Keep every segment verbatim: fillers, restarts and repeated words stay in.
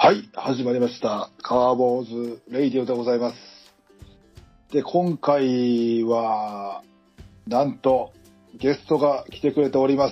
はい、始まりました。カーボーズレイディオでございます。で、今回は、なんと、ゲストが来てくれております。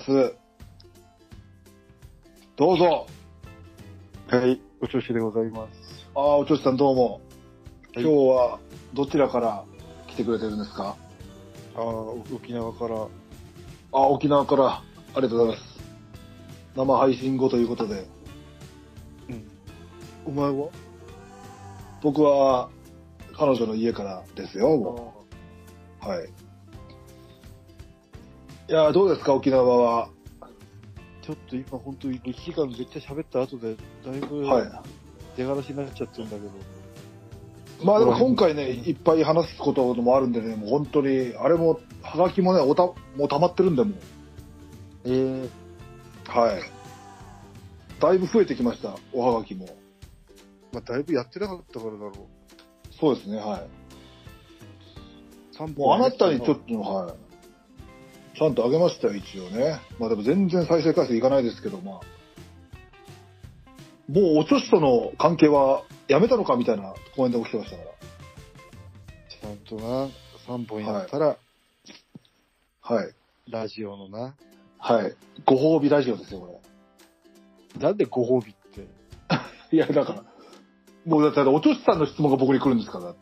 どうぞ。 はい、お調子でございます。 ああ、お調子さんどうも。 はい、 今日はどちらから来てくれてるんですか？ ああ、沖縄から。あああ、沖縄から。ありがとうございます。生配信後ということで。 うん。お前は？ 僕は、彼女の家からですよ、もう。はい。いやー、どうですか、沖縄は。 ちょっと今本当にいちじかんめっちゃ喋った後で、だいぶ出がらしになっちゃってるんだけど。 まあでも今回ね、いっぱい話すこともあるんでね、もう本当に、あれも、はがきもね、おた、もう溜まってるんで、もう。 えー、 はい。だいぶ増えてきました、おはがきも。 まあだいぶやってなかったからだろう。 そうですね、はい。 さんもうあなたにちょっと、はい。ちゃんとあげましたよ、一応ね。まあでも全然再生回数いかないですけど、まあ。もうお女子との関係はやめたのかみたいなコメントが来てましたから。 ちゃんとな、さんぼんやったら、 はい。 ラジオのな。 はい。ご褒美ラジオですよ、これ。なんでご褒美って。 いや、だから、もうだってお女子さんの質問が僕に来るんですから、だって。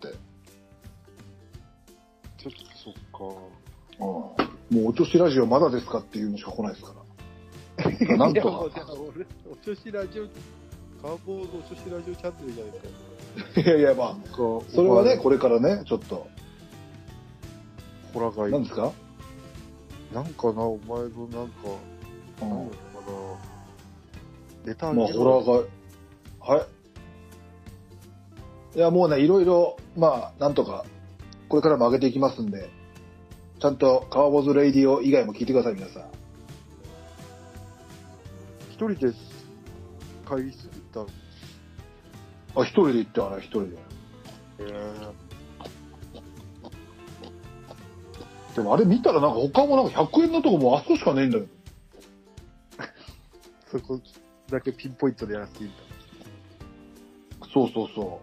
ちょっとそっか。 うん。もうお女子ラジオまだですかっていうのしか来ないですから。なんとか。 俺、お女子ラジオ、カーボードお女子ラジオチャンネルじゃないですか。 いやいや、まあ、それはね、これからね、ちょっと。 ホラガイ。 何ですか？ なんかな、お前のなんか、 うん、 なんだかな。ネタまあ、ホラガイ。はい。いや、もうね、いろいろ、まあ、なんとか、これからも上げていきますんで、ちゃんと、カーボーズレイディオ以外も聞いてください、皆さん。 一人で会議室行ったあ、一人で行ったから、一人で。 へー。 でもあれ見たらなんか他もなんかひゃくえんのとこもあそこしかねえんだけど。 そこだけピンポイントでやらせていいんだ。 そうそうそう。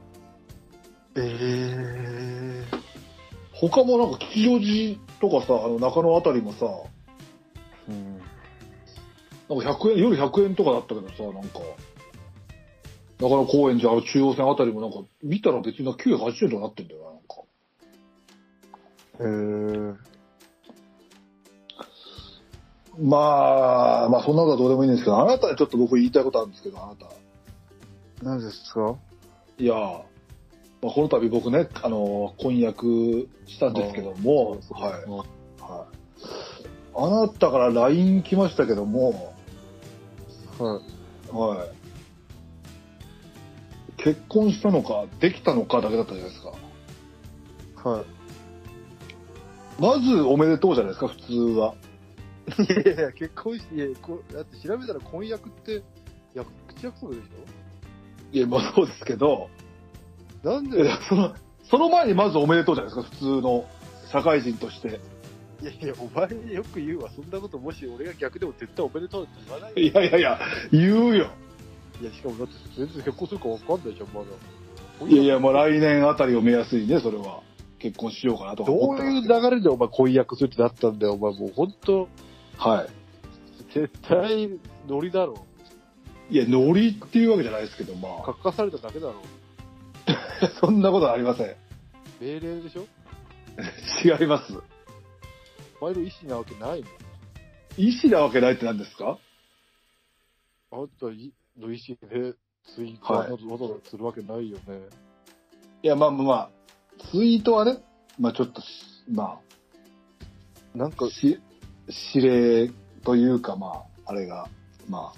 えー。 他もなんか吉祥寺とかさ、あの中野あたりもさ、 うん。 なんかひゃくえん、夜ひゃくえんとかだったけどさ、なんか、中野高円寺、あの中央線あたりもなんか、見たら別にきゅうひゃくはちじゅうえんとかなってんだよな、なんか。 へー。 まあ、まあそんなことはどうでもいいんですけど、あなたにちょっと僕言いたいことあるんですけど、あなた。 何ですか？ いや、まあ、この度僕ね、あの、婚約したんですけども、はい。はい。あなたから ライン 来ましたけども、 はい。 はい。結婚したのか、できたのかだけだったじゃないですか。 はい。 まずおめでとうじゃないですか、普通は。 いやいや、結婚して、いや、こだって調べたら婚約って、や口約束でしょ？ いや、まあそうですけど、 なんでその、その前にまずおめでとうじゃないですか、普通の社会人として。 いやいや、お前よく言うわ。そんなこともし俺が逆でも絶対おめでとうって言わないよ。 いやいやいや、言うよ。 いや、しかもだって全然結婚するか分かんないじゃん、まだ。 いやいや、もう来年あたりを目安にね、それは。結婚しようかなとか思ってます。 どういう流れでお前婚約するってなったんだよ、お前もう本当。 はい。 絶対ノリだろ。 いや、ノリっていうわけじゃないですけど、まあ。 書かされただけだろ。 そんなことはありません。 命令でしょ？ 違います。 お前の意思なわけないの？ 意思なわけないって何ですか？ あんたの意思でツイートわざわざするわけないよね。 いや、まあまあまあ、ツイートはね、まあちょっと、まあ、なんか、 し、指令というか、まあ、あれが、まあ、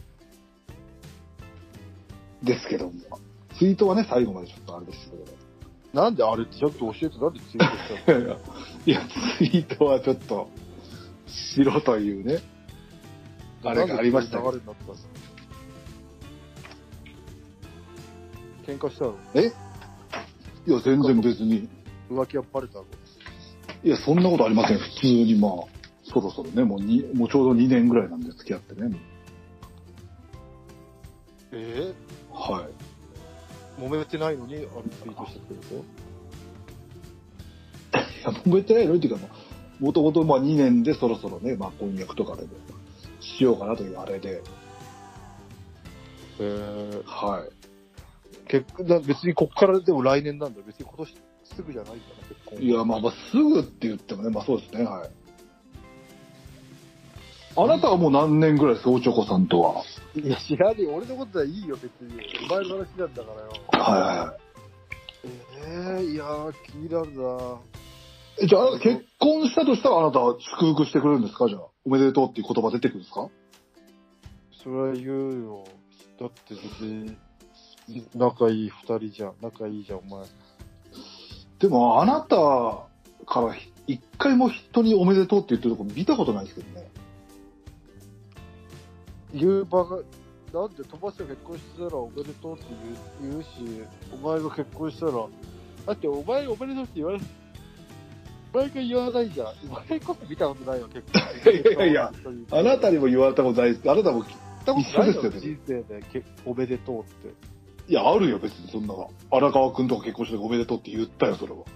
ですけども、ツイートはね、最後までちょっとあれですけど。 なんであれってちゃんと教えて、なんでツイートしたの？ いや、いや、ツイートはちょっと、しろというね、あれがありましたけど。 流れになったの？喧嘩したの？ え？いや、全然別に。 浮気はバレたの？ いや、そんなことありません。普通にまあ、そろそろね、もうに、もうちょうどにねんぐらいなんで付き合ってね。 えー、はい。 揉めてないのに、あのツイートしてくると。 いや、揉めてないのっていうか、もともとまあにねんでそろそろね、まあ婚約とかでもしようかなというあれで。 えー、 はい。 結だ別にこっからでも来年なんだ。別に今年すぐじゃないんだな、結婚。 いや、まあまあすぐって言ってもね、まあそうですね、はい。あなたはもう何年ぐらいですか、おちょこさんとは。 いや、知らねえ。俺のことはいいよ、別に。お前の話なんだからよ。 はいはいはい。 えー、いやー、気になるな。 え、じゃあ、あなた結婚したとしたらあなたは祝福してくれるんですか、じゃあ。おめでとうっていう言葉出てくるんですか。 それは言うよ。だって別に、仲いい二人じゃん。仲いいじゃん、お前。 でも、あなたから一回も人におめでとうって言ってるとこ見たことないですけどね。 言う場が、なんで飛ばして結婚したらおめでとうって言う言うし、お前が結婚したら、だってお前おめでとうって言われ、お前が言わないじゃん。お前こそ見たことないよ、結婚。 いやいやいや、あなたにも言われたことないです。あなたも一緒ですよ、人生でけおめでとうって。 いや、あるよ、別にそんな。荒川くんとか結婚しておめでとうって言ったよ、それは。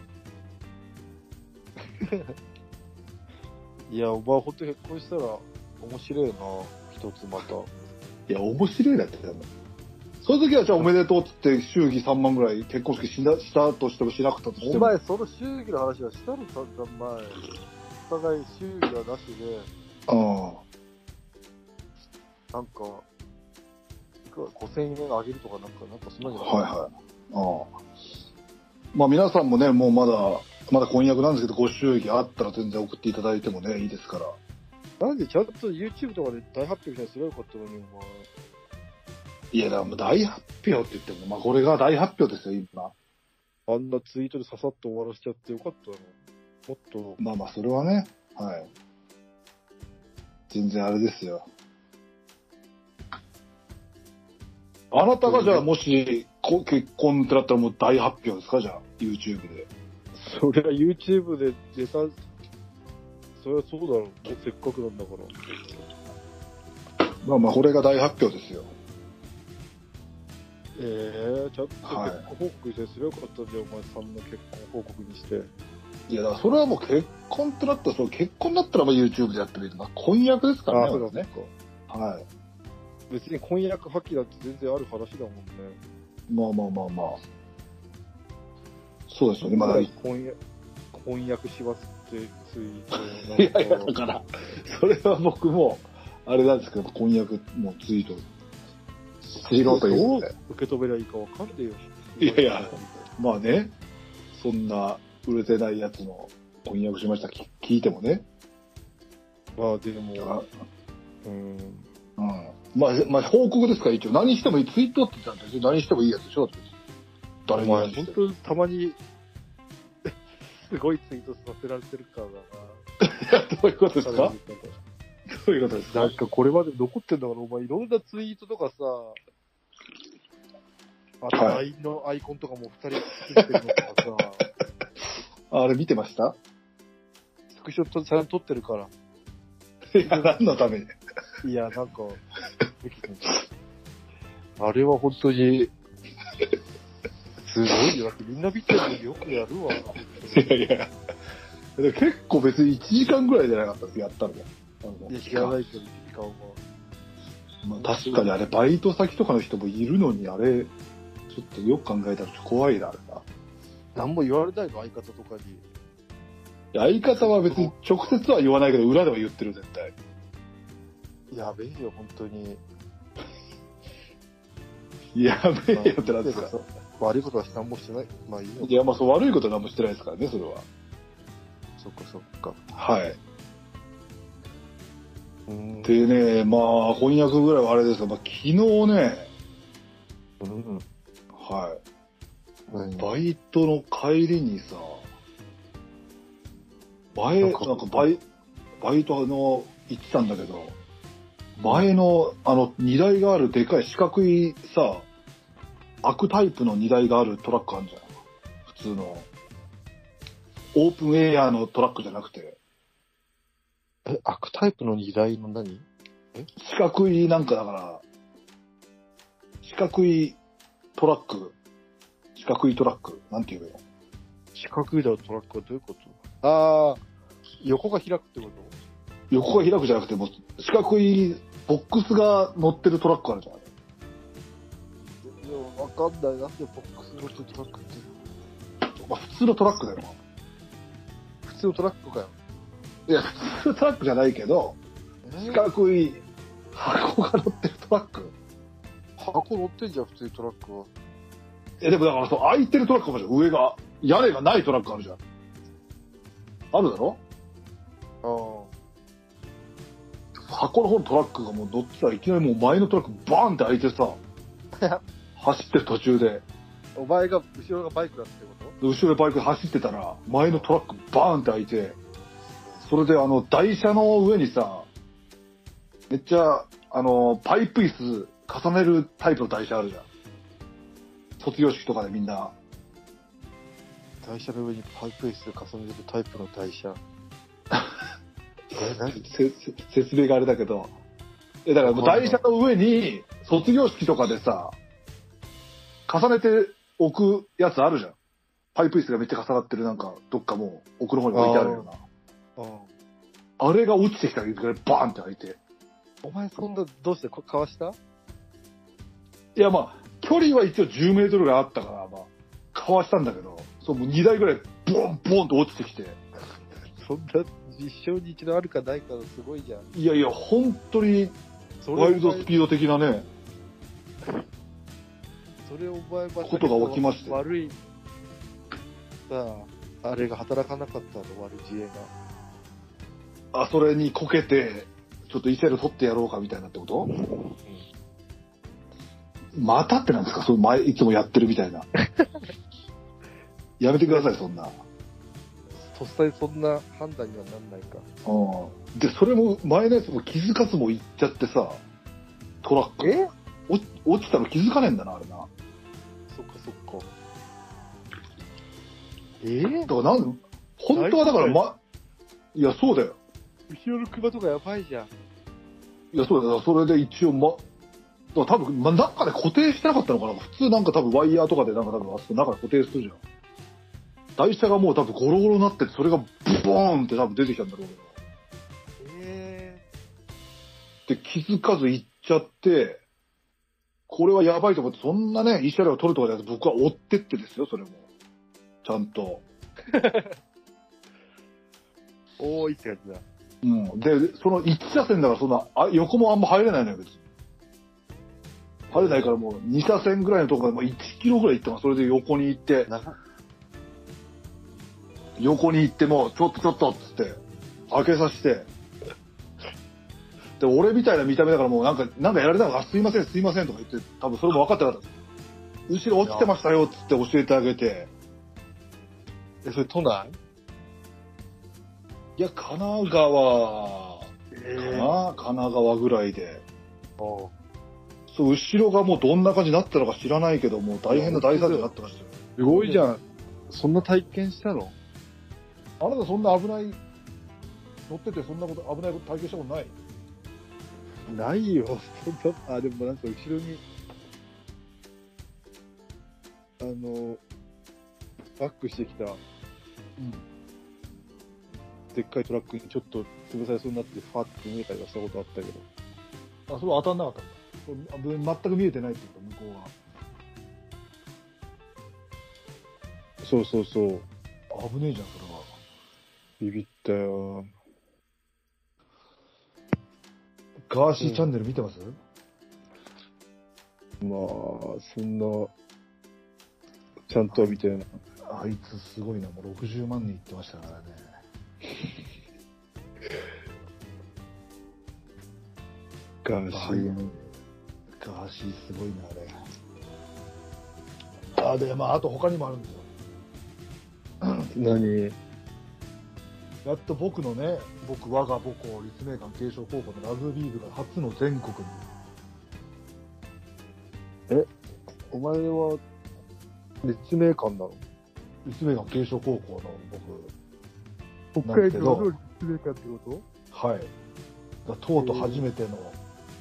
いや、お前ほんと結婚したら面白いな、一つまた。 いや、面白いなって言ったの。その時はじゃあおめでとうって言って、祝儀さんまんぐらい結婚式しなしたとしてもしなくたとしても。 お前、その祝儀の話はしたのさんざんまえ。お互い祝儀はなしで、 あなんか、いくらごせんえんあげるとかなんか、なんかそんなあ。 にはいはい。ああ。まあ皆さんもね、もうまだ、まだ婚約なんですけど、ご祝儀あったら全然送っていただいてもね、いいですから。 なんでちゃんと YouTube とかで大発表したらすればよかったのに、お前。 いや、だからもう大発表って言っても、まあこれが大発表ですよ、今。 あんなツイートでささっと終わらせちゃってよかったの。もっと。 まあまあ、それはね、はい。全然あれですよ。あなたがじゃあもしこ結婚ってなったらもう大発表ですか、じゃあ YouTube で。 それは YouTube で出た、それはそうだろう。せっかくなんだから。 まあまあこれが大発表ですよ。 ええー、ちゃんと結はい婚報告してすればよかったんじゃん、お前さんの結婚報告にして。 いやだからそれはもう結婚ってなったら、その結婚だったらまあ YouTube でやってみる。まあ婚約ですからね。 あ、そうだね。 か。 はい。 別に婚約破棄だって全然ある話だもんね。 まあまあまあまあ。そうですよね、まだ。い婚約、婚約しますってツイート。 やいや、だから、それは僕も、あれなんですけど、婚約もツイートしろというどうことで。 受け止めりゃいいかわかんねえよ。 いやいや、まあね、そんな売れてないやつの婚約しましたき聞いてもね。 まあでも、 あうん。 うん。まあ、まあ、報告ですから一応。何してもいい。ツイートって言ったんですよ。何してもいいやつでしょ。誰にお前、 何して本当にたまに、すごいツイートさせられてるからな。 どういうことですか？どういうことですか？ なんかこれまで残ってんだから、お前いろんなツイートとかさ、あと ライン のアイコンとかも二人作ってるのとかさ、 あれ見てました？ スクショとちゃんと撮ってるから。 いや、何のために？ いや、なんか、あれは本当に、すごいよ。だってみんな見てるのによくやるわ。 いやいや、で結構別にいちじかんぐらいじゃなかったです、やったのが。 いや、知らないけど、時間は。 まあ、確かにあれ、バイト先とかの人もいるのに、あれ、ちょっとよく考えたら怖いな、あれな。 何も言われないの、相方とかに。 相方は別に直接は言わないけど、裏では言ってる、絶対。 やべえよ、本当に。 やべえよってなんですか。 悪いことは何もしてない。まあいいよ。 いや、まあそう悪いことは何もしてないですからね、それは。 そっかそっか。 はい。 うんでね、まあ、翻訳ぐらいはあれですが、まあ、昨日ね、 うん。 は何い。バイトの帰りにさ、前、なんかバイ、バイトの行ってたんだけど、前のあの荷台があるでかい四角いさ、開くタイプの荷台があるトラックあるじゃん。普通の。オープンエアのトラックじゃなくて。 え、開くタイプの荷台の何？ 四角いなんかだから、四角いトラック四角いトラック。なんて言うの？ 四角いだトラックはどういうこと？ああ、横が開くってこと？ 横が開くじゃなくて、もう四角いボックスが乗ってるトラックあるじゃん。 いや、わかんない。なんでボックス乗ってるトラックって。 まあ、普通のトラックだよ。 普通のトラックかよ。 いや、普通のトラックじゃないけど、四角い箱が乗ってるトラック。 箱乗ってんじゃん、普通にトラックは。 いや、でもだからそう、空いてるトラックあるじゃん。上が。屋根がないトラックあるじゃん。あるだろ？ ああ。 箱の方のトラックがもう乗ってたらいきなりもう前のトラックバーンって開いてさ、走ってる途中で。 お前が、後ろがバイクだってこと？ 後ろでバイクで走ってたら、前のトラックバーンって開いて、それであの、台車の上にさ、めっちゃ、あの、パイプ椅子重ねるタイプの台車あるじゃん。卒業式とかでみんな。 台車の上にパイプ椅子重ねるタイプの台車。え、何？ せ説明があれだけど。え、だからもう台車の上に、卒業式とかでさ、重ねて置くやつあるじゃん。パイプ椅子がめっちゃ重なってるなんか、どっかもう奥の方に置いてあるような。 ああれが落ちてきたらいきなりバーンって開いて。 お前そんな、どうしてこかわした？ いやまあ、距離は一応じゅうメートルぐらいあったから、まあ、かわしたんだけど、そうもうにだいぐらいボンボンと落ちてきて。 そんな、一生に一度あるかないかのすごいじゃん。 いやいや、本当に、ワイルドスピード的なね、 それお前ばことが起きまして。 悪い、さあ、あれが働かなかったの、悪い自衛が。 あ、それにこけて、ちょっと一セル取ってやろうかみたいなってこと？うん、またってなんですか？その前、いつもやってるみたいな。やめてください、そんな。 とっさにそんな判断にはなんないか。 うん。で、それも、前のやつも気づかずも行っちゃってさ、トラック。 え？ 落落ちたの気づかねえんだな、あれな。 そっかそっか。えー、 だからなん、本当はだから、ま、いや、そうだよ。 後ろの車とかやばいじゃん。 いや、そうだよ。それで一応、ま、だから多分、ま、中で固定してなかったのかな。普通なんか多分ワイヤーとかでなんか多分あそこ中で固定するじゃん。台車がもう多分ゴロゴロになってて、それがブボーンって多分出てきたんだろうけど。 えで、気づかず行っちゃって、これはやばいと思って、そんなね、慰謝料を取るとかじゃなくて、僕は追ってってですよ、それも。ちゃんと。 多いってやつだ。 うん。で、その一車線だからそんな、あ、横もあんま入れないのよ、別に。入れないからもうに車線ぐらいのところでもういちキロぐらい行っても、それで横に行って、横に行っても、ちょっとちょっとっつって、開けさせて、で、俺みたいな見た目だからもうなんか、なんかやられたら、あ、すいません、すいませんとか言って、多分それも分かってなかった。後ろ落ちてましたよっつって教えてあげて。 え、それ都内？ いや、神奈川、 えかな、神奈川ぐらいで。 ああ。 そう、後ろがもうどんな感じになったのか知らないけど、もう大変な大惨事になってましたよ。 すごいじゃん。そんな体験したの？ あなたそんな危ない、乗っててそんなこと危ないこと体験したことない？ ないよ。そんな、あ、でもなんか後ろに、あの、バックしてきた、 うん。 でっかいトラックにちょっと潰されそうになって、ファッて見えたりはしたことあったけど。 あ、それは当たんなかったんだ。それ全く見えてないってこと、向こうが。 そうそうそう。 危ねえじゃん、それは。 ビビったよ。 ガーシーチャンネル見てます？ まあ、そんな、ちゃんとは見てない。 あいつすごいな、もうろくじゅうまんにんいってましたからね。 ガーシー。 ガーシーすごいな、あれ。あ、で、まあ、あと他にもあるんですよ。 何？ やっと僕のね、僕、我が母校、立命館慶祥高校のラグビー部が初の全国に。 え、お前は、立命館なの？ 立命館慶祥高校の僕、 北海道の立命館ってこと？はい。がとうとう初めての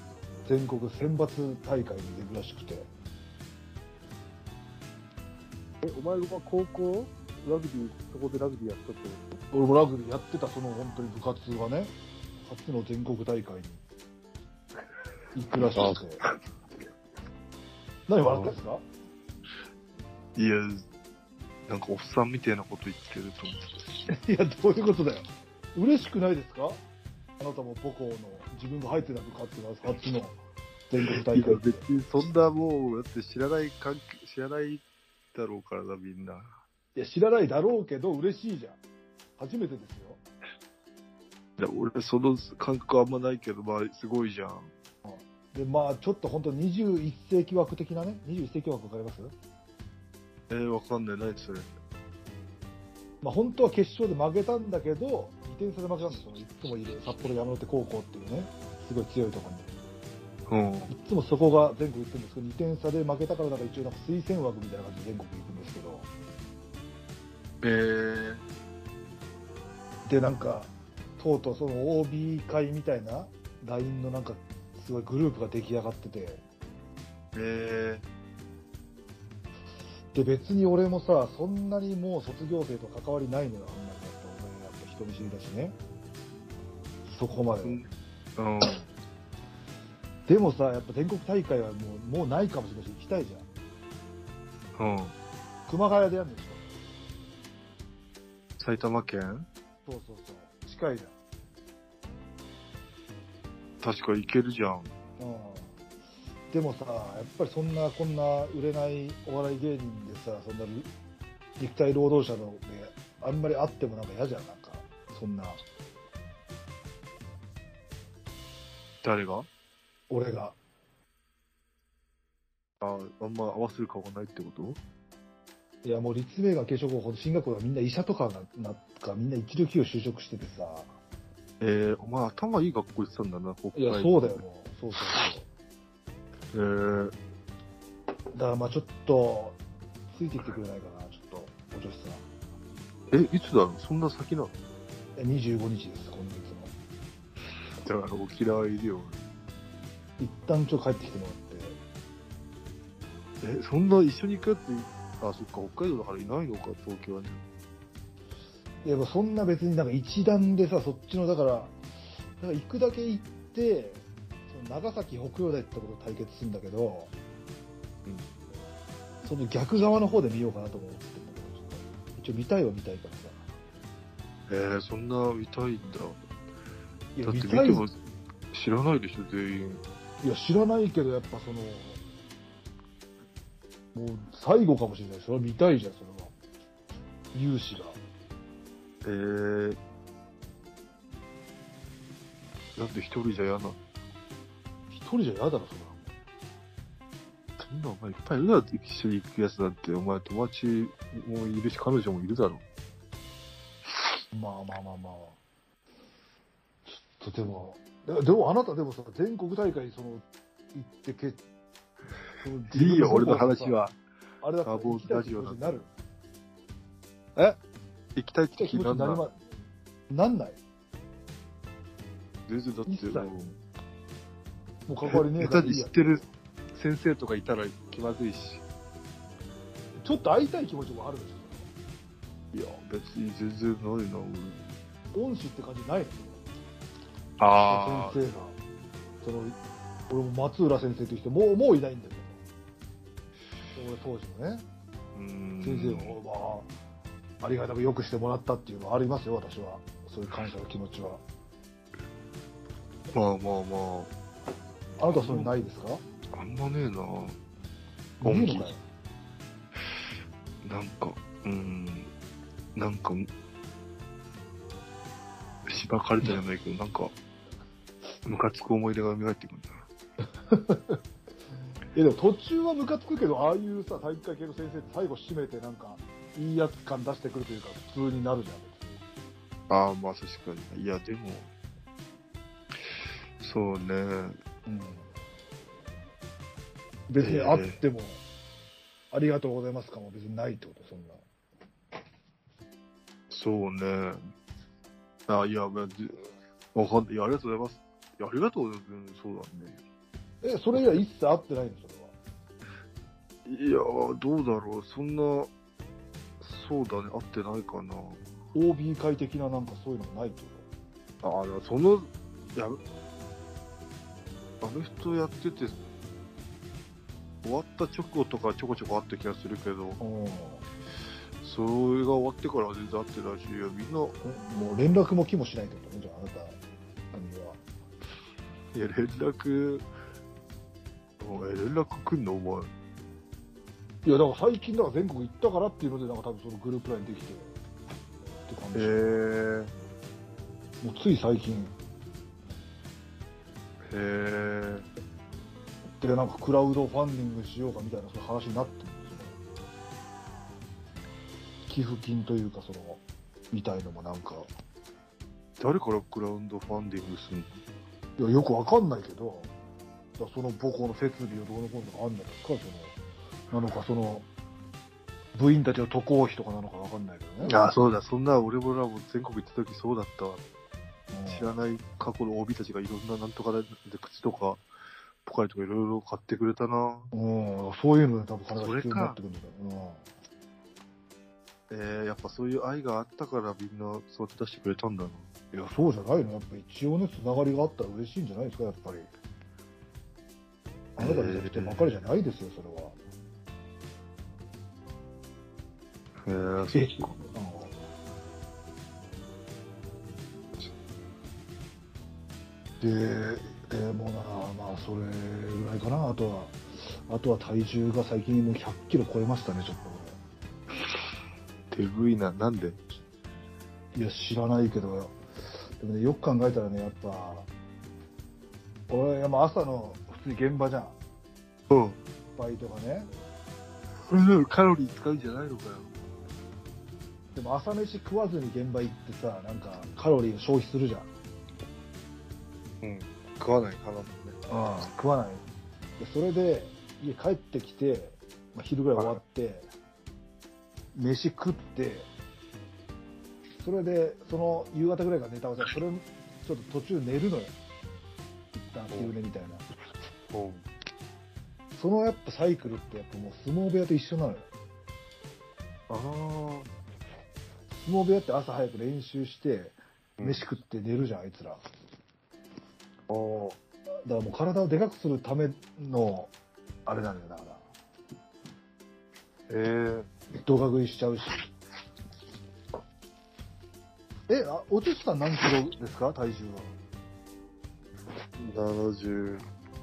全国選抜大会に出るらしくて。 え、お前が高校ラグビー、そこでラグビーやったってこ俺もラグビーやってた、その本当に部活がね、初の全国大会に行くらしくて。何笑ったんですか？ いや、なんかおっさんみたいなこと言ってると思って。 いや、どういうことだよ。嬉しくないですか？あなたも母校の自分が入ってた部活が初の全国大いや、 会で。 別にそんなもう、だって知らない関係、知らないだろうからな、みんな。 いや、知らないだろうけど嬉しいじゃん。初めてですよ。 いや、俺、その感覚あんまないけど、まあ、すごいじゃん。 で、まあ、ちょっと本当にじゅういっ世紀枠的なね、にじゅういっ世紀枠わかります？ えー、わかんない。何それ。 まあ、本当は決勝で負けたんだけど、にてん差で負けたんですよ。いつもいる札幌山手高校っていうね、すごい強いところに。 うん。 いつもそこが全国行くんですけど、にてん差で負けたから、だから一応なんか推薦枠みたいな感じで全国行くんですけど、 えー、 で、なんか、とうとうその オービー 会みたいな ライン のなんか、すごいグループが出来上がってて、 えで、別に俺もさ、そんなにもう卒業生と関わりないのよ、あんまりだって、俺やっぱ人見知りだしね。そこまで。 ー、うん。 でもさ、やっぱ全国大会はもうもうないかもしれないし、行きたいじゃん。 うん。 熊谷でやるんでし埼玉県？ ょ。そうそうそう。近いじ確か行けるじゃん。 ゃん。うん。でもさ、やっぱりそんな、こんな売れないお笑い芸人でさ、そんな肉体労働者ので、あんまり会ってもなんか嫌じゃん、なんか。そんな、 誰が？ 俺が。 あ、あんま合わせる顔がないってこと？ いや、もう立命が継承高校の進学校がみんな医者とかが、なんかみんな一流企業就職しててさ。 えー、お前頭いい学校行ってたんだな、北海いや、そうだよ、もう。そうそうそう。 えー、 だからまあちょっと、ついてきてくれないかな、ちょっと、お女子さん。 え、いつだろう？そんな先なの？ えにじゅうごにちです、今月の。 だから沖縄いるよ。 一旦ちょっと帰ってきてもらって。 え、そんな一緒に行くやつい、あ、そっか、北海道だからいないのか、東京はね。 いや、そんな別になんか一段でさ、そっちの、だから、だから行くだけ行って、その長崎北洋大ってところと対決するんだけど、 うん。 その逆側の方で見ようかなと思ってるんだけど、ちょっと一応見たいは見たいからさ。 えー、そんな見たいんだ。 いや、 だって見たい。 見ても知らないでしょ、全員。 いや、知らないけど、やっぱその、もう最後かもしれない。それは見たいじゃん、それは。勇姿が。 えー、なんで一人じゃ嫌なの？ 一人じゃ嫌だろ、それは。 そんなお前いっぱいいるだろ、一緒に行くやつなんて。お前友達もいるし、彼女もいるだろ。 まあまあまあまあ。ちょっとでも、ででもあなたでもさ、全国大会その、行ってけ、そのいいよ、俺の話。は。 あれだったらカーボ行きたい気ンラジオなんだ持ちになる。え行きたいっ行きたい気持ちて気になない。 になんりま、なんない全然だって一切もう、 もう関わりねえからいいや下手に知っ。てる先生とかいたら気まずいし。 ちょっと会いたい気持ちもあるでしいや、別に全然ないな、 ょ。恩師って感じないの俺。あ先生が。その、俺も松浦先生という人、もう、もういないんだけど。俺当時のね、 ー。うーん。 先生を、まあ、ありがたくよくしてもらったっていうのはありますよ、私は。そういう感謝の気持ちは。 まあまあまあなたはそういうのないですか？ あ、あんまねえな。 いいのかよ。 なんか、うーん、なんか、しばかれたじゃないけど、なんか、ムカつく思い出が蘇ってくるんだ。 え、でも途中はムカつくけど、ああいうさ、体育会系の先生って最後締めてなんか、いいやつ感出してくるというか、普通になるじゃん、別に。 ああ、まあ確かに。いや、でも、そうね。 うん。別にあっても、ありがとうございますかも別にないってこと、そんな。 そうね。あ、いや、まあ、じわかんない。いや、ありがとうございます。いや、ありがとうございます。そうだね。 え、それ以来一切会ってないの、それは。 いや、どうだろう。そんな、 そうだね、合ってないかな。 オービー 会的ななんかそういうのもないってこああ、その、や、アメフトやってて、終わった直後とかちょこちょこあった気がするけど、 と。うん。 それが終わってからは全然会ってないし、いやみんな、 もう連絡も気もしないってことね、じゃあ、あなた、兄は。 いや、連絡、おえ、連絡来んのお前。 いや、だから最近、だから全国行ったからっていうので、なんか多分そのグループラインできて、って感じ。 へえもうつい最近。 へえで、なんかクラウドファンディングしようかみたいなそういう話になってるんですよ。寄付金というか、その、みたいのもなんか、 誰からクラウドファンディングすんの？ いや、よくわかんないけど、だからその母校の設備をどうのこうのとかあんないですか、その、なのか、その、部員たちの渡航費とかなのかわかんないけどね。 ああ、そうだ、そんな俺もらも全国行った時そうだったわ。 うん知らない過去の オービー たちがいろんななんとかで靴とか、ポカリとかいろいろ買ってくれたな。 うん、そういうので多分金が必要になってくるんだよ。 えー、やっぱそういう愛があったからみんなそうやって出してくれたんだな。 うん。いや、そうじゃないの。やっぱ一応ね、つながりがあったら嬉しいんじゃないですか、やっぱり。あなたにとってばかりじゃないですよ、それは。 へえー、 えそうか。 で、でもな、まあ、それぐらいかな。あとは、あとは体重が最近もうひゃっキロ超えましたね、ちょっ手食いな、なんで？ と。いや、知らないけど、でもね、よく考えたらね、やっぱ、俺、まあ朝の普通に現場じゃん。 うん。 バイトがね。 それなのカロリー使うんじゃないのかよ。 でも朝飯食わずに現場行ってさ、なんかカロリーを消費するじゃん。 うん。食わないかなってね。 ああ、食わない。でそれで、家帰ってきて、まあ、昼ぐらい終わって、飯食って、それで、その夕方ぐらいからネタ合わせ、それ、ちょっと途中寝るのよ。一旦昼寝みたいな。 うん。 そのやっぱサイクルってやっぱもう相撲部屋と一緒なのよ。 ああ。 相撲部屋って朝早く練習して、 うん飯食って寝るじゃん、あいつら。 ああ。 だからもう体をでかくするための、あれなんだよ、だから。 え動画食いしちゃうし。え、あ、おつつさん何キロですか、体重は。 ー、ななじゅう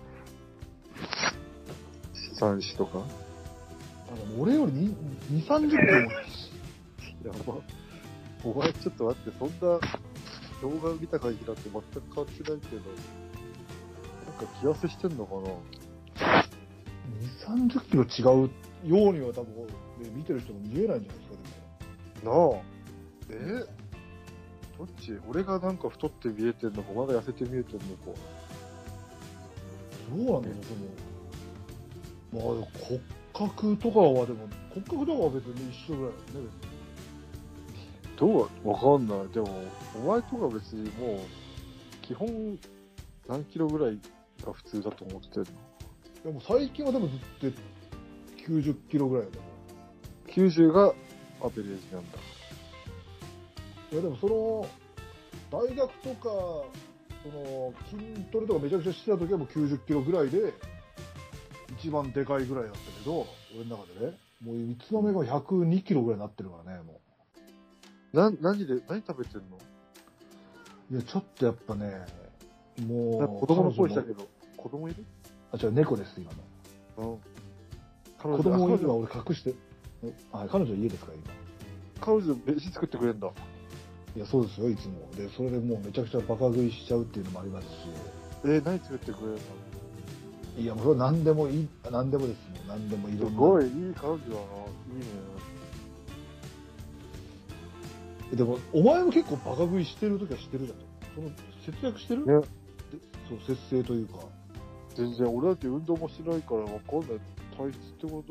さん、よんとかあでも俺よりに、に、さんじゅっキロも。 やば。お前ちょっと待って、そんな動画見た感じだって全く変わってないけど、なんか気痩せしてんのかな？ に、さんじゅっキロ違うようには多分、ね、見てる人も見えないんじゃないですか、でも。 なあ。えどっち？俺がなんか太って見えてんのか、お前が痩せて見えてんのか。 どうなんだろう、でも。まあ、骨格とかはでも、骨格とかは別に一緒ぐらいだよね、 どうわかんない。でも、お前とか別にもう、基本、何キロぐらいが普通だと思ってんの？ 別に。でも最近はでもずっときゅうじゅっキロぐらいだよ。 きゅうじゅうがアベレージなんだ。 いやでもその、大学とか、その、筋トレとかめちゃくちゃしてた時はもうきゅうじゅっキロぐらいで、一番でかいぐらいだったけど、俺の中でね、もういつの間にかひゃくにキロぐらいになってるからね、もな、何で、何食べてんの？ う。いや、ちょっとやっぱね、もう、 なんか子供の声した彼女もけど、子供いる？ あ、違う、猫です、今の。 うん。彼子供を今彼女、 俺隠して、えはい、彼女家ですか、今。 彼女飯作ってくれんだ。 いや、そうですよ、いつも。で、それでもうめちゃくちゃバカ食いしちゃうっていうのもありますし、 えー、何作ってくれるの？ いや、もうそれは何でもいい、何でもです、もう何でもいろんな。 すごい、いい彼女だな。いいね。 でも、お前も結構バカ食いしてるときはしてるじゃん。その、節約してる、 ね。 でそう、節制というか。 全然、俺だって運動もしないからわかんない。体質ってこと？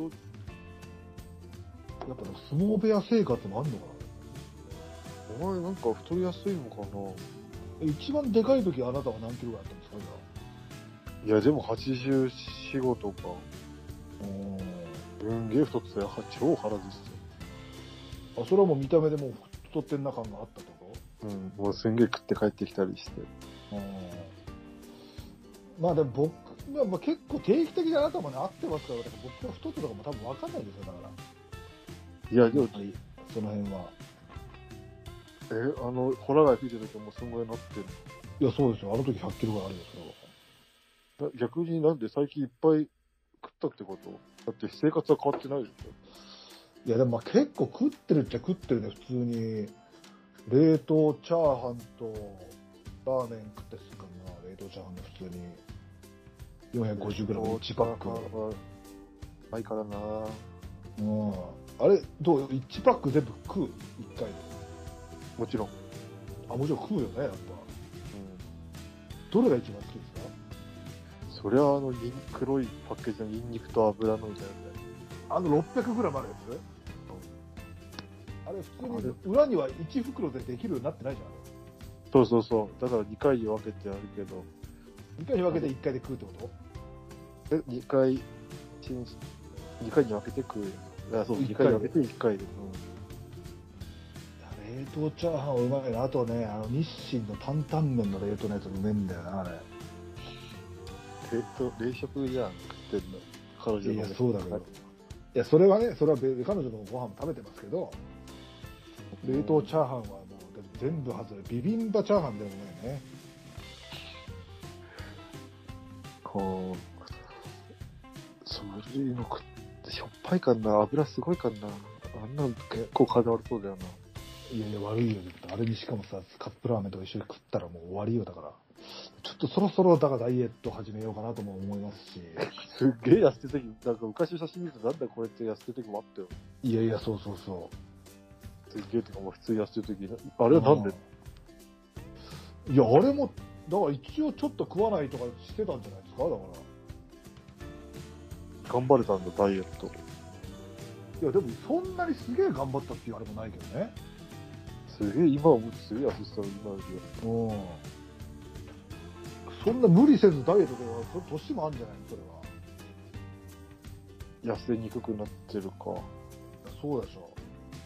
やっぱね、相撲部屋生活もあんのかお前なんか太りやすいのかな？ な。一番でかい時あなたは何キロぐらいあったんですか、 いや、でもはちじゅうよん、ごとか。 じゃあ。 すんげえ太ってたよ。超腹ですよ。 あ、それはもう見た目でもう太ってんな感があったってこうん、もうすんげえ食って帰ってきたりして。 と？うん。まあでも僕、まあ、まあ結構定期的にあなたもね、合ってますから、だから僕が太ってとかも多分わかんないですよ、だから。 いや、でもやっぱ、り、その辺は。 え、あの、ホラ貝吹いてる時はもうすんごいなってる。 いや、そうですよ。あの時ひゃっキロぐらいあるよ、それは。 な逆になんで最近いっぱい食ったってこと？だって生活は変わってないでしいや、でもまあ結構食ってるっちゃ食ってるね、普通に。冷凍チャーハンとラーメン食ってすかな、冷凍チャーハンで普通に。よんひゃくごじゅうグラムいちパック。 はないからな。 うん。あれ、どう ?いち パック全部食う ?いっ 回で。 もちろん。 あ、もちろん食うよね、やっぱ。 うん。 どれが一番好きですか？ そりゃあの、に黒いパッケージのニンニクと油のみたいな。 あの ろっぴゃくグラムあるやつ、あれ普通に裏にはいち袋でできるようになってないじゃん。 そうそうそう。だからにかいに分けてやるけど。 にかいに分けていっかいで食うってこと？ え、にかい、にかいに分けて食う。あ、そう、にかいに分けていっかいで。 うん、冷凍チャーハンうまいな。あとね、あの日清の担々麺の冷凍のやつうめえんだよな、あれ。 冷凍、冷食じゃん、食ってんの。彼女の。 いや、そうだけど。いや、それはね、それは彼女のご飯も食べてますけど、冷凍チャーハンはもう全部外れ、ビビンバチャーハンでもないね。 こう、そういうの食ってしょっぱいかな、油すごいかな。あんなの結構体悪そうだよな。 いやいや、悪いよ、絶対。あれにしかもさ、カップラーメンとか一緒に食ったらもう終わりよ、だから。ちょっとそろそろだからダイエット始めようかなとも思いますし。 すっげえ痩せてる時、なんか昔の写真見るとなんだこれって痩せてる時もあったよ。 いやいや、そうそうそすっげえとかも普通に痩せてる時、あれはなんで？ う。いや、あれも、だから一応ちょっと食わないとかしてたんじゃないですか、だから。 頑張れたんだ、ダイエット。 いや、でもそんなにすげえ頑張ったっていうあれもないけどね。 すげえ、今思ってすげえ痩せてたの、今よりは。 うん。そんな無理せずダイエットでは、それ年もあるんじゃないの、それは。 痩せにくくなってるか。 そうでしょ。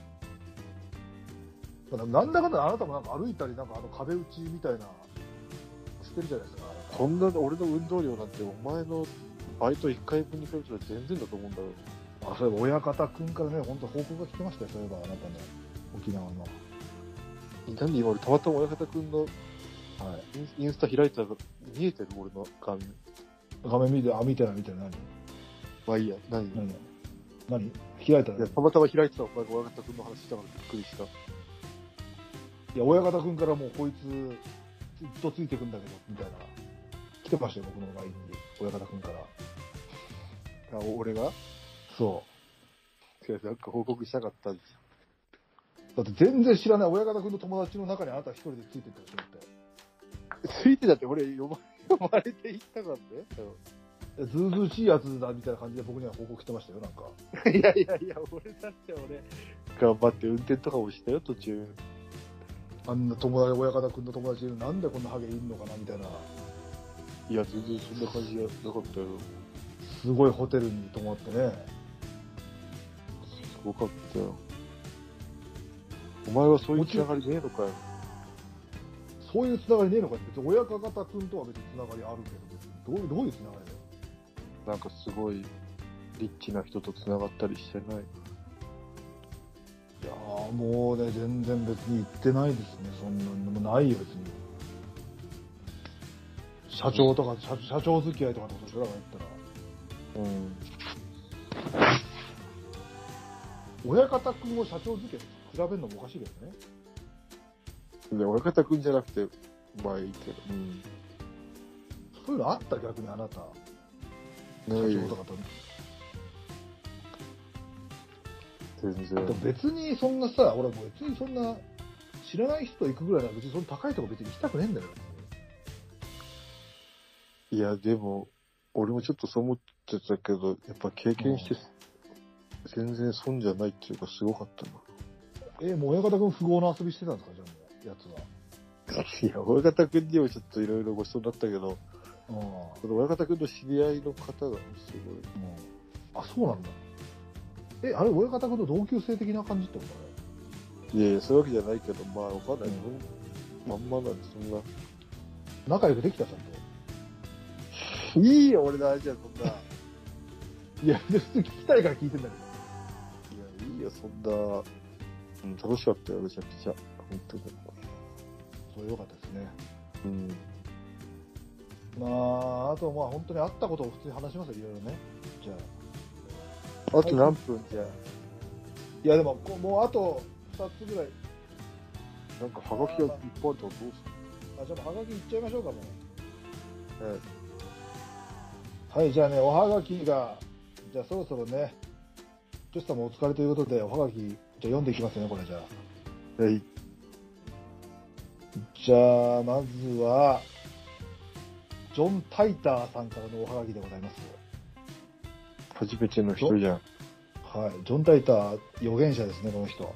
だからなんだかんだあなたもなんか歩いたり、なんかあの壁打ちみたいな、してるじゃないですか。 こんな俺の運動量なんてお前のバイトいっかいぶんに比べたら全然だと思うんだよ。 あ、そういえば親方くんからね、本当報告が来てましたよ、そういえばあなたね、沖縄の。 なんで今俺たまたま親方くんのはい。 インスタ開いたら見えてる俺の画面。 画面見て、あ、見てない見てない、何まあいいや、何何何開いたらいや、たまたま開いてたお前が親方くんの話したからびっくりした。 いや、親方くんからもうこいつ、ずっとついてくんだけど、みたいな。来てましたよ、僕の ライン に。親方くんから。 あ、俺がそいや、なんか報告したかったんですよ。 う。だって全然知らない親方くんの友達の中にあなた一人でついてったでしょって。 ついてたって俺呼ば呼ばれていったからね。 ずうずうしいやつだみたいな感じで僕には報告してましたよ、なんか。 いやいやいや、俺だって俺、頑張って運転とかもしたよ、途中。 あんな友達、親方くんの友達でなんでこんなハゲいんのかなみたいな。 いや、全然そんな感じじゃなかったよ。 すごいホテルに泊まってね。 すごかったよ。お前はそういうつながりねえのかよ。 そういうつながりねえのかって、別に親方くんとは別につながりあるけど、別にどういう、どういうつながりだよ。 なんかすごい、リッチな人とつながったりしてない。 いやーもうね、全然別に行ってないですね、そんなのもないよ、別に。社長とか、社社長付き合いとかってことでしょ、だから言ったら。 うん。 親方くんを社長付き合いと比べるのもおかしいけどね。 で、親方くんじゃなくて、まあいいけど。うん。 そういうのあった逆にあなた。社ないよ長とかと。 全然。 でも別にそんなさ、俺も別にそんな知らない人と行くぐらいなら別にその高いとこ別に行きたくねえんだよ。 いや、でも、俺もちょっとそう思ってたけど、やっぱ経験して、全然損じゃないっていうか、すごかったな。 えー、もう親方くん富豪の遊びしてたんですか、じゃあもう、やつは。 いや、親方くんにもちょっといろいろごちそうになったけど、 うん。 この親方くんの知り合いの方がすごい。 うん、あ、そうなんだ。え、あれ、親方くんと同級生的な感じってこといやいや、そういうわけじゃないけど、まあ、わかんない。まんまなんで、そんな。 仲良くできたちゃんと。 いいよ、俺の話じゃん、そんな。 いや、普通聞きたいから聞いてんだけいや、いいよ、そんな。うん、楽しかったよ、めちゃくちゃ。本当に。 ど。それ良かったですね。 うん。 まあ、あとまあ本当にあったことを普通に話しますよ、いろいろね。じゃあ。 あと何分じゃ、 いやでも、こもうあとふたつぐらい。 なんか、はがきがいっぱいあるとどうするあ、じゃあはがきいっちゃいましょうか、もう。 えはい、じゃあね、おはがきが、じゃあそろそろね、ジョシさんもお疲れということで、おはがき、じゃあ読んでいきますね、これじゃあ。 え。はい。 じゃあ、まずは、ジョン・タイターさんからのおはがきでございます。 初めての人じゃん。 はい、ジョン・タイター、預言者ですね、この人。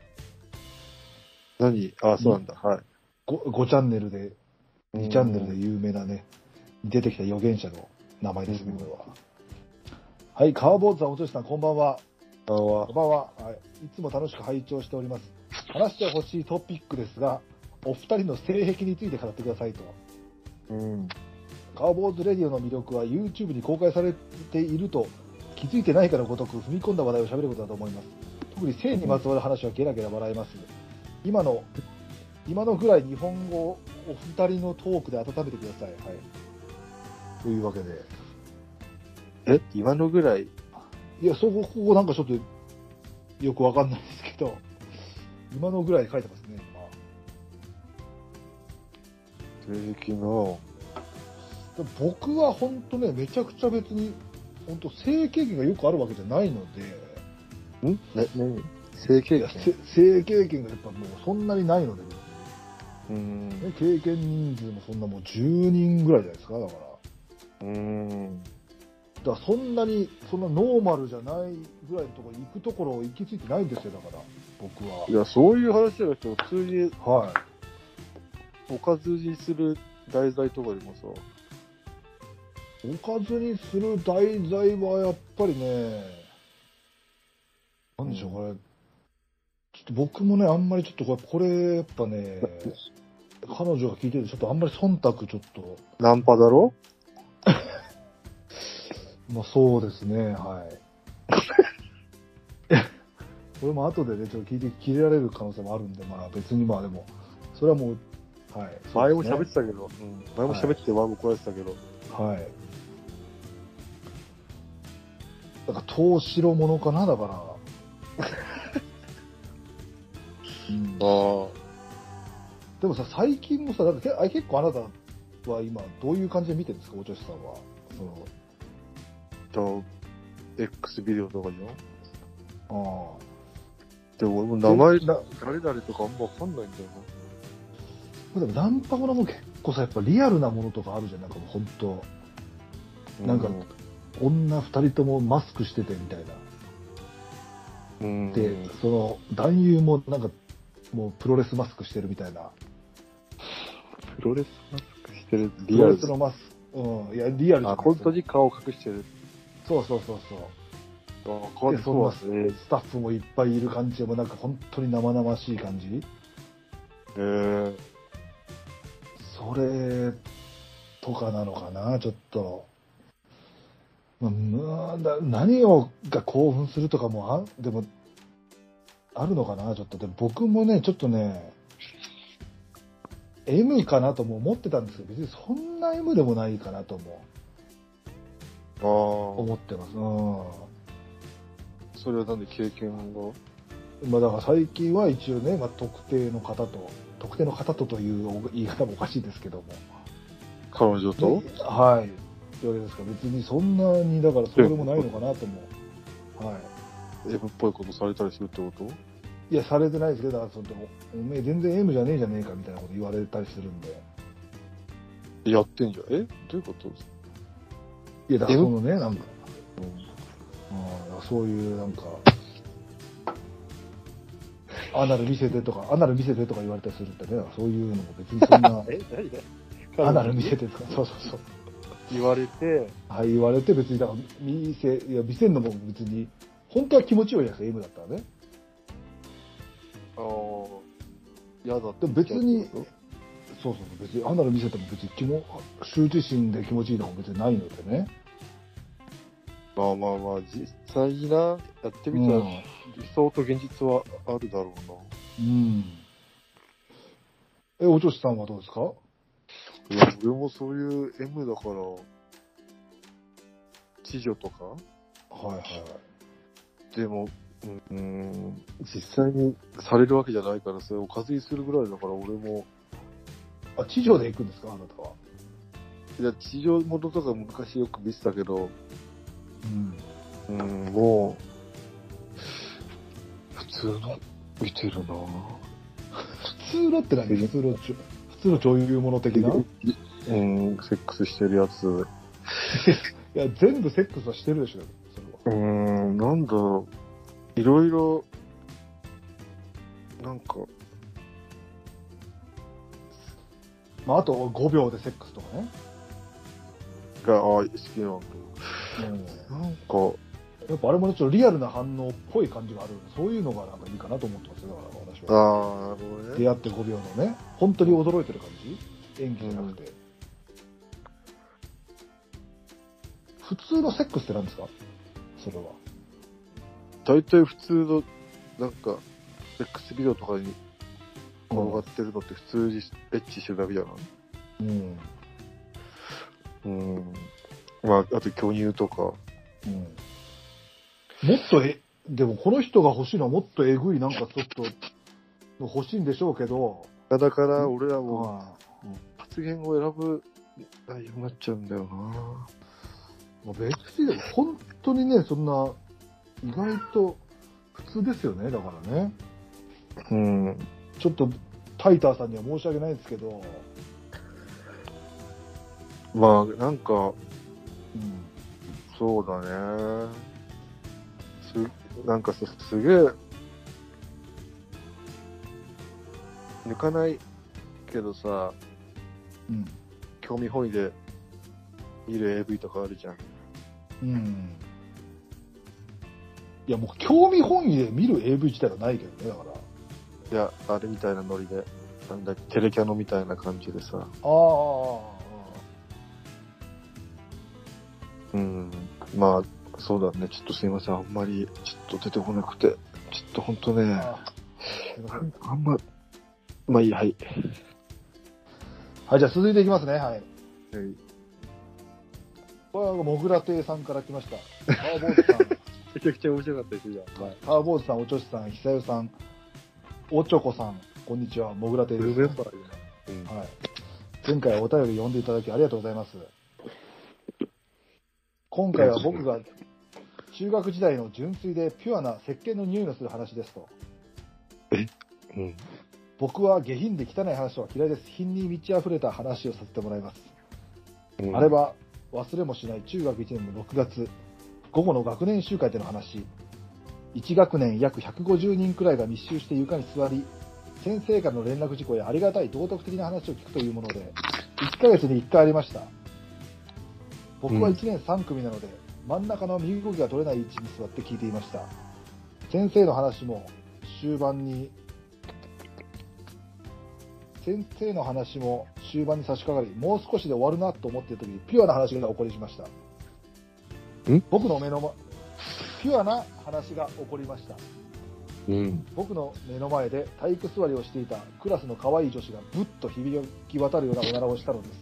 何あ、そうなんだ。はい。 ご, ごチャンネルで、にチャンネルでうん有名なね、出てきた預言者の名前ですね、これは。はい、カーボーズさん、おとしさん、こんばんは。 あはこんばんは、はい。いつも楽しく拝聴しております。話してほしいトピックですが、お二人の性癖について語ってくださいと。 うん。 カーボーズレディオの魅力は YouTube に公開されていると気づいてないからごとく踏み込んだ話題を喋ることだと思います。特に性にまつわる話はゲラゲラ笑えます。今の、今のぐらい日本語をお二人のトークで温めてください。はい。というわけで。 え今のぐらいいや、そこ、ここなんかちょっとよくわかんないですけど、今のぐらい書いてますね、今。 性癖の、 僕は本当ね、めちゃくちゃ別に、本当性経験がよくあるわけじゃないので、 んな、なに性経いや験せ性経験がやっぱもうそんなにないので、 うん。 ね、経験人数もそんなもうじゅうにんぐらいじゃないですか、だから。 うん。 だからそんなに、そんなノーマルじゃないぐらいのところに行くところを行き着いてないんですよ、だから、僕は。 いや、そういう話じゃなくて、普通にはおかずにする題材とかでもさ、 い。おかずにする題材はやっぱりね、なんでしょう、これ。ちょっと僕もね、あんまりちょっとこれ、これやっぱね、彼女が聞いてて、ちょっとあんまり忖度ちょっと、 ナンパだろまあそうですね、はい。これも後でね、ちょっと聞いて切れられる可能性もあるんで、まあ別にまあでも、それはもう、はい。 前もそうですね喋ってたけど、うん、前も喋ってワーム怒られてたけど、 はい。だから、投資ろものかな、だから。うんああ。 でもさ、最近もさ、だってけあ結構あなたは今、どういう感じで見てるんですか、おちょしさんは。そのじゃあ、X ビデオとかじゃんあでも俺も名前、 な誰々とかあんまわかんないんだよあ。でも、ナンパものも結構さ、やっぱリアルなものとかあるじゃん、なんかもう本当。 な。 なんかう女二人ともマスクしててみたいな。 うん。 で、その、男優もなんか、もうプロレスマスクしてるみたいな。 プロレスマスクしてるプロリアルレスのマスク、うん、いや、リアルじゃあ、 ない本当に顔隠してる。 そうそうそうそう。 あ、変わってそうですね。 スタッフもいっぱいいる感じでもなんか本当に生々しい感じ。 えー、 それとかなのかな、ちょっと。まあむだ何をが興奮するとかもあ、でも、あるのかな、ちょっと。で僕もね、ちょっとね、M かなとも思ってたんですけど、別にそんな M でもないかなともああ、 思ってます。うん。 それはなんで経験がまあだから最近は一応ね、まあ、特定の方と、特定の方とという言い方もおかしいですけども。 彼女と、 ねはい。というわけですから、別にそんなに、だからそれもないのかなとも。は M っぽいことされたりするってことい。いや、されてないですけど、だからその、おめえ全然 M じゃねえじゃねえかみたいなこと言われたりするんで。 やってんじゃん。えどういうこといや、だからそのね、なんか、 うんうん、そういうなんか、アナル見せてとか、アナル見せてとか言われたりするんでね、そういうのも別にそんな、 え何でアナル見せてとか、そうそうそう。 言われて、 はい、言われて別に、だから見せ、いや、見せんのも別に、本当は気持ちよいやつ、M だったらね。 あああ、嫌だってでも別に言っちゃうってこそうそうそう、別にアナル見せても別に気も、羞恥心で気持ちいいとかも別にないのでね。 とまあまあまあ、実際にな、やってみたら、 うん理想と現実はあるだろうな。 うん。え、お嬢さんはどうですか？ いや、俺もそういう M だから、知女とかはいはい。 でも、うーん、実際にされるわけじゃないから、それをおかずにするぐらいだから、俺も、 あ、地上で行くんですか、あなたは。 いや、地上ものとか昔よく見てたけど、 うん。 うん、もう、普通の見てるなぁ。 普通のって何？普通のちょ、普通の女優もの的な？いうん、セックスしてるやつ。 や、全部セックスはしてるでしょ、それは。 うーん、なんだろう。いろいろ、なんか、 まあ、あとごびょうでセックスとかね。 が、ああ、好きなんだ。 うん。 なんか、 やっぱあれもちょっとリアルな反応っぽい感じがあるので、そういうのがなんかいいかなと思ってますよ、だから私あは。 あ、なるほどね。 出会ってごびょうのね、本当に驚いてる感じ？演技じゃなくて。普通のセックスって何ですか？それは。 大体普通の、なんか、セックスビデオとかに転がってるのって普通にエッチしてるだけじゃない？ うん。 うん。まあ、あと巨乳とか。 うん。もっとえ、でもこの人が欲しいのはもっとえぐいなんかちょっと欲しいんでしょうけど、 だから俺らもまあ、 発言を選ぶ内容になっちゃうんだよな。 もう別にでも本当にね、そんな、意外と普通ですよね、だからね。 うん。 ちょっとタイターさんには申し訳ないんですけど、 まあ、なんか、 うん、 そうだね。す、なんかさ、すげえ、抜かないけどさ、 うん、 興味本位で見る エーブイ とかあるじゃん。 うん。いやもう興味本位で見る エーブイ 自体はないけどね、だから。 いや、あれみたいなノリで、なんだっけ、テレキャノみたいな感じでさ。 ああ、ああ、 うん。まあ、そうだね。ちょっとすいません。あんまり、ちょっと出てこなくて。ちょっとほんとね、 ああ。すいません。 あんま、まあいいや、はい。 はい、じゃあ続いていきますね。はい。 はい。 これはもぐら亭さんから来ました。カーボーズさん、 めちゃくちゃ面白かったですよ。はい。 カーボーズさん、おちょしさん、ひさよさん、おちょこさん、こんにちは、もぐら亭です。 フルメンバーでね。うん。 はい。前回はお便り読んでいただきありがとうございます。今回は僕が中学時代の純粋でピュアな石鹸の匂いのする話ですと。 うん。 僕は下品で汚い話は嫌いです。品に満ち溢れた話をさせてもらいます。 うん、 あれは忘れもしない中学いちねんのろくがつ、午後の学年集会での話。いち学年約ひゃくごじゅうにんくらいが密集して床に座り、先生からの連絡事項やありがたい道徳的な話を聞くというもので、いっかげつにいっかいありました。僕はいちねんさん組なので、真ん中の身動きが取れない位置に座って聞いていました。先生の話も終盤に、先生の話も終盤に差し掛かり、もう少しで終わるなと思っている時にピュアな話が起こりました。 ん僕の目の前、ピュアな話が起こりました。 うん。 僕の目の前で体育座りをしていたクラスの可愛い女子がぶっと響き渡るようなおならをしたのです。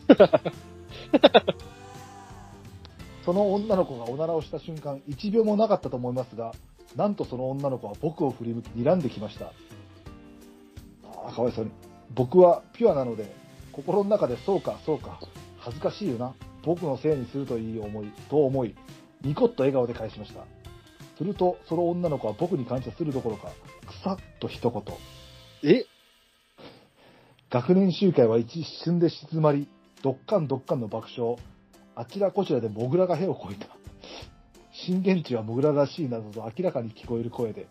その女の子がおならをした瞬間、いちびょうもなかったと思いますが、なんとその女の子は僕を振り向き睨んできました。ああ、かわいそうに。僕はピュアなので、心の中でそうかそうか、恥ずかしいよな、僕のせいにするといい思い、と思い、ニコッと笑顔で返しました。すると、その女の子は僕に感謝するどころか、くさっと一言。 え学年集会は一瞬で静まり、どっかんどっかんの爆笑。あちらこちらでモグラが屁をこいた。震源地はモグラらしいなどと明らかに聞こえる声で。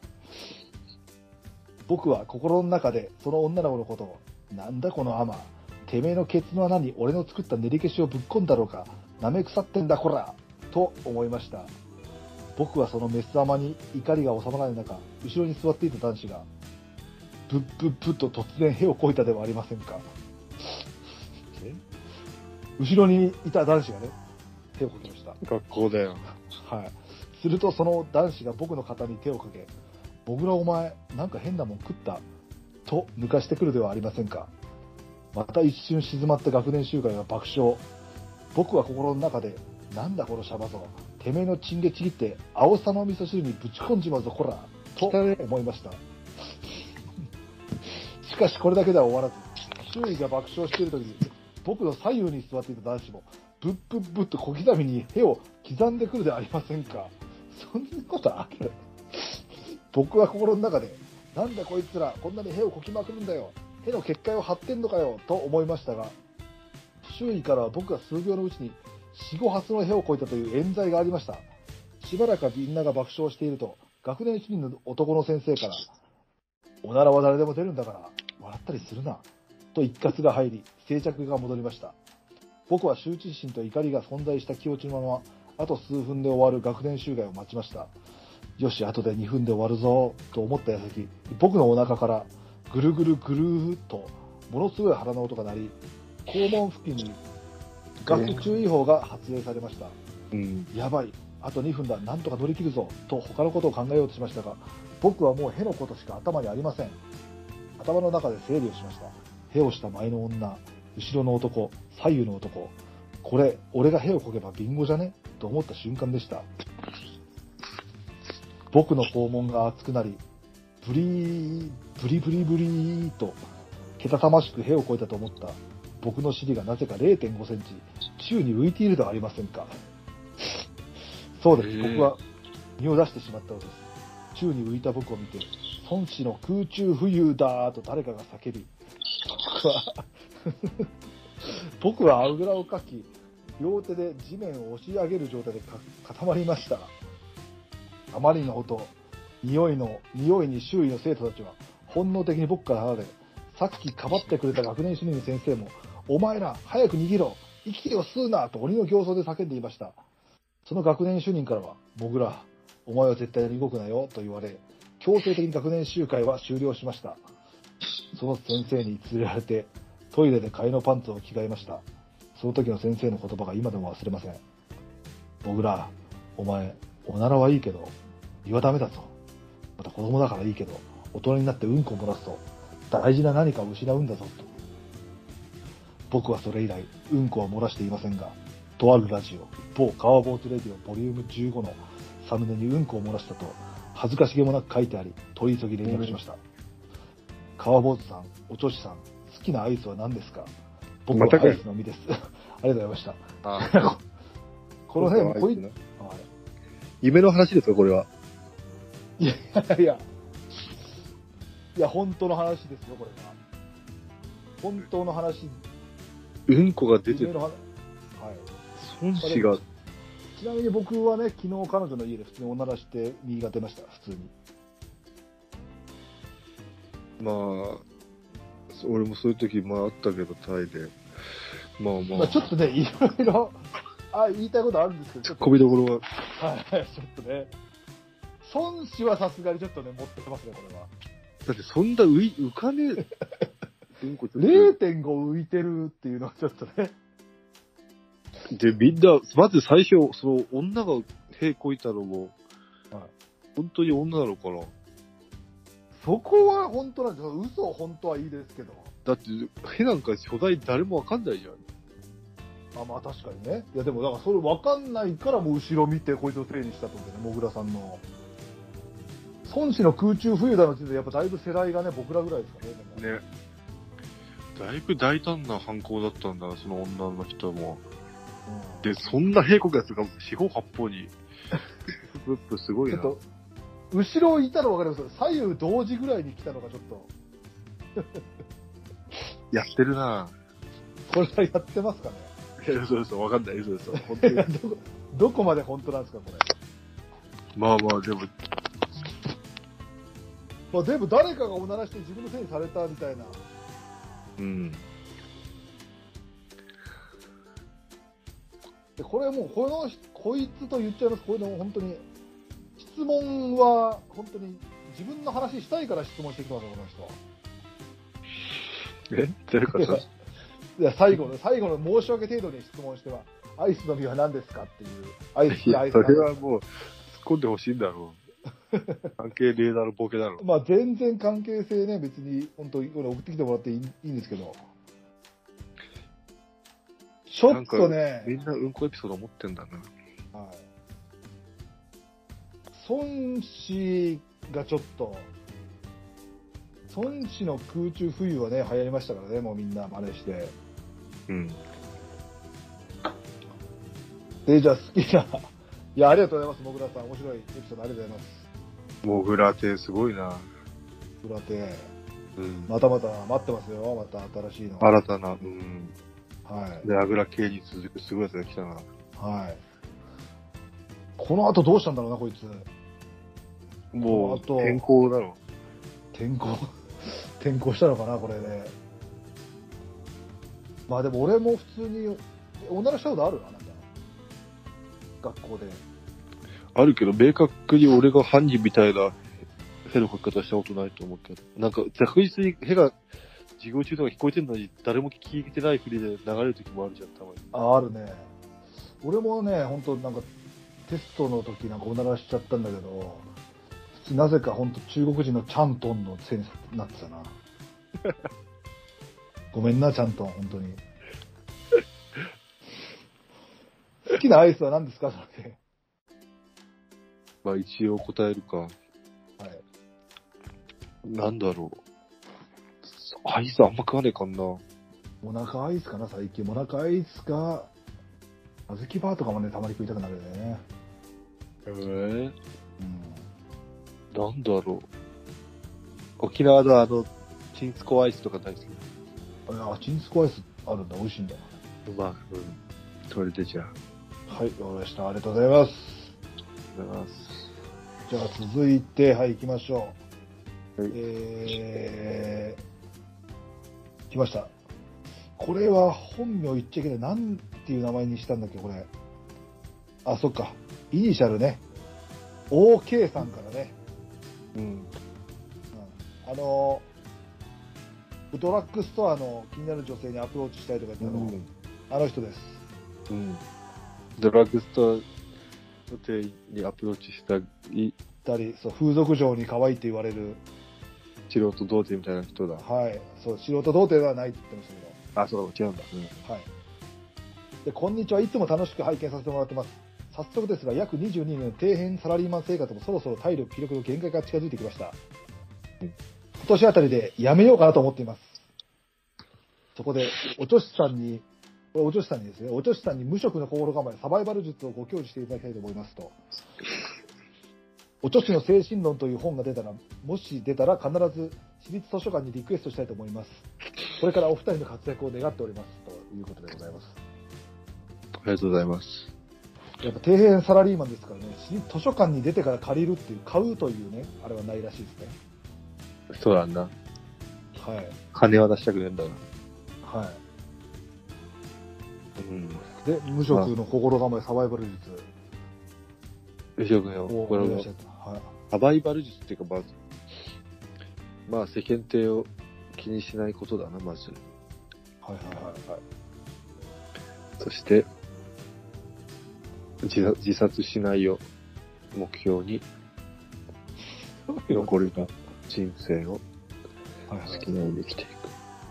僕は心の中でその女の子のことを、なんだこのアマ、てめえのケツの穴に俺の作った練り消しをぶっ込んだろうか、舐め腐ってんだこら、と思いました。僕はそのメスアマに怒りが収まらない中、後ろに座っていた男子が、 ブッブッブッと突然屁をこいたではありませんか。 え後ろにいた男子がね、手をかけました。 学校だよ。 はい。するとその男子が僕の肩に手をかけ、もぐらお前、なんか変なもん食ったと抜かしてくるではありませんか。また一瞬静まった学年集会は爆笑。僕は心の中で、なんだこのシャバ僧、てめえのチンゲちぎって青さの味噌汁にぶち込んじまうぞこら、と思いました。しかしこれだけでは終わらず、周囲が爆笑している時に、僕の左右に座っていた男子も、ぶっぶっぶっと小刻みに屁を刻んでくるではありませんか。そんなことある？僕は心の中で、なんだこいつら、こんなに屁をこきまくるんだよ。屁の結界を張ってんのかよ、と思いましたが、周囲からは僕が数秒のうちによん、ご発の屁をこいたという冤罪がありました。しばらくみんなが爆笑していると、学年主任の男の先生から、おならは誰でも出るんだから、笑ったりするな、と一喝が入り、静寂が戻りました。僕は羞恥心と怒りが存在した気持ちのまま、あと数分で終わる学年集会を待ちました。よし、あとでにふんで終わるぞ、と思った矢先、僕のお腹から、ぐるぐるぐるーっと、ものすごい腹の音が鳴り、校門付近に学注意報が発令されました。 うん。 やばい、あとにふんだ、なんとか乗り切るぞ、と他のことを考えようとしましたが、僕はもう屁のことしか頭にありません。頭の中で整理をしました。屁をした前の女、後ろの男、左右の男。これ、俺が屁をこけばビンゴじゃねと思った瞬間でした。僕の肛門が熱くなり、ブリー、ブリブリブリーと、けたたましく屁をこいたと思った僕の尻がなぜか れいてんごセンチ、宙に浮いているではありませんか。そうです、僕は身を出してしまったのです。宙に浮いた僕を見て、孫子の空中浮遊だーと誰かが叫び、僕は、僕はあぐらをかき、両手で地面を押し上げる状態で固まりました。あまりの音、匂いの、匂いに周囲の生徒たちは本能的に僕から離れ、さっきかばってくれた学年主任の先生も、お前ら、早く逃げろ、息を吸うなと鬼の形相で叫んでいました。その学年主任からは、もぐら、お前は絶対に動くなよと言われ、強制的に学年集会は終了しました。その先生に連れられて、トイレで替えのパンツを着替えました。その時の先生の言葉が今でも忘れません。もぐら、お前、おならはいいけど、胃はダメだぞ。また子供だからいいけど、大人になってうんこを漏らすと、大事な何かを失うんだぞと。僕はそれ以来、うんこは漏らしていませんが、とあるラジオ、某川ボートレディオボリュームじゅうごのサムネにうんこを漏らしたと、恥ずかしげもなく書いてあり、取り急ぎ連絡しました。川坊主さん、おちょしさん、好きなアイスは何ですか？僕はアイスの実です。ありがとうございました。あこの辺、こい、はい、 夢の話ですか、これは。 いやいやいや、いや、本当の話ですよ、これは。本当の話。 うんこが出てる。 はい。 孫子が。 ちなみに僕はね、昨日彼女の家で普通におならして右が出ました、普通に。 まあ、俺もそういう時まああったけど、タイで。まあまあ。 まあ、ちょっとね、いろいろ、あ、言いたいことあるんですけど、ちょっと。 こびどころは。はい、ちょっとね。孫子はさすがにちょっとね、持ってますね、これは。 だってそんな浮い、浮かねえ。うんこれいてんご 浮いてるっていうのはちょっとね。 で、みんな、まず最初、その女が屁こいたのも、はい、本当に女なのかな？ そこは本当なんですよ。嘘本当はいいですけど。 だって、屁なんか初代誰もわかんないじゃん。 あ、まあ確かにね。いやでも、だからそれわかんないからもう後ろ見てこいつをせいにしたと思うんだよね、もぐらさんの。孫子の空中浮遊だの時点でやっぱだいぶ世代がね、僕らぐらいですかね。 ね。だいぶ大胆な犯行だったんだな、その女の人も。うん、で、そんな屁こくやつが四方八方に。すごいな。ちょっと、 後ろいたの分かります？左右同時ぐらいに来たのがちょっと。 やってるなぁ。 これはやってますかね？ いや、そうそう、わかんない、嘘嘘。本当にどこ、どこまで本当なんですか、これ。 まあまあ、でも。 まあでも誰かがおならして自分のせいにされたみたいな。 うん。 でこれもう、この、こいつと言っちゃいます。これでも本当に、質問は本当に自分の話したいから質問してきたんだよ、この人は。 え誰かさ、 いや、最後の、最後の申し訳程度に質問しては、アイスの実は何ですかっていう。アイスいやそアイスなんですれはもう、突っ込んでほしいんだろう。関係ねえだろ、ボケだろ。 まあ全然関係性ね、別に、本当にこれ送ってきてもらっていい、いいんですけど。ちょっとね、 みんなうんこエピソード持ってんだな。 はい。孫子がちょっと、孫子の空中浮遊はね、流行りましたからね、もうみんな真似して。 うん。 で、じゃあ好きな、いや、ありがとうございます、もぐらさん。面白いエピソードありがとうございます。 モグラ亭すごいな。 裏手、 うん。 またまた待ってますよ、また新しいの。 新たな、うん。 はい。 で、あぐら系に続くすごいやつが来たな。 はい。この後どうしたんだろうな、こいつ。 もう、 あと天候だろ。 転校、転校したのかな、これで。まあでも俺も普通に、おならしたことあるあなた。学校で。 あるけど、明確に俺が犯人みたいなヘの書き方したことないと思うけど。なんか、確実にヘが授業中とか聞こえてるのに、誰も聞いてないふりで流れる時もあるじゃん、たまに。 あ、あるね。俺もね、本当なんか、テストの時なんかおならしちゃったんだけど、普通なぜか本当中国人のチャントンのせいになってたな。ごめんな、チャントン、本当に。好きなアイスは何ですか、それ。 まあ一応答えるか。 はい。 なんだろう。アイスあんま食わねえかんな。 モナカアイスかな、最近。モナカアイスか、小豆バーとかもね、たまに食いたくなるよね。 ええうん。 なんだろう。沖縄のあの、チンスコアイスとか大好き。 あ、チンスコアイスあるんだ、美味しいんだ。 うまい。うん。それでじゃあ。 はい、わかりました。ありがとうございます。 ありがとうございます。 じゃあ続いて、はい、行きましょう。 はいえー、来ました。これは本名言っちゃいけない。なんていう名前にしたんだっけ、これ。あ、そっか。イニシャルね。オーケー さんからね。 うん。 うん、あの、ドラッグストアの気になる女性にアプローチしたいとか言ったの、 うん。 あの人です。 うん。ドラッグストアの店員にアプローチしたい二人、そう、風俗嬢に可愛いって言われる。 素人童貞みたいな人だ。 はい。そう、素人童貞ではないって言ってましたけど。 あ、そうだ、違うんだ。うん。 はい。で、こんにちは。いつも楽しく拝見させてもらってます。早速ですが、約にじゅうにねんの底辺サラリーマン生活もそろそろ体力、気力の限界が近づいてきました。 うん、 今年あたりでやめようかなと思っています。そこで、おちょしさんに、これおちょしさんにですね、おちょしさんに無職の心構え、サバイバル術をご教示していただきたいと思いますと。おちょしの精神論という本が出たら、もし出たら必ず私立図書館にリクエストしたいと思います。これからお二人の活躍を願っております。ということでございます。 ありがとうございます。 やっぱ底辺サラリーマンですからね、私立図書館に出てから借りるっていう、買うというね、あれはないらしいですね。 そうなんだ。 はい。 金は出したくねえんだな。 はうん。 い。で、無職の心構え、サバイバル術無職よ。 をこれもお願いしたいと。はい。 サバイバル術っていうか、まず、まあ世間体を気にしないことだな、まず。 はいはいはいはい。 そして、自殺自殺しないを目標に、残りの人生をはいはい好きなように生きていく。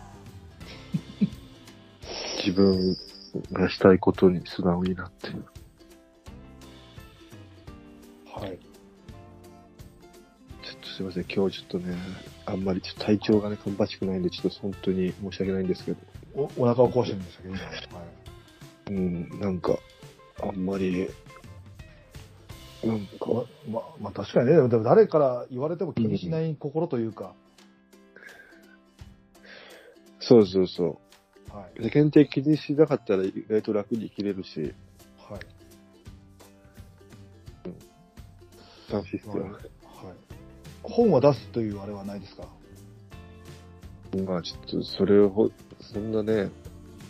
自分がしたいことに素直になって。 はい。 ちょっとすいません、今日ちょっとね、あんまりちょっと体調がね、芳しくないんで、ちょっと本当に申し訳ないんですけど。 お、お腹を壊してるんでしたっけ、今。はい。 うん、なんか、あんまり、なんか、 ま、ま、まあ確かにね、でも誰から言われても気にしない心というか、 そうそうそはい。 う。世間体気にしなかったら意外と楽に生きれるし、 はい。 楽しいっすよ。 はい。本は出すというあれはないですか？ まあちょっと、それをほ、そんなね、 はい。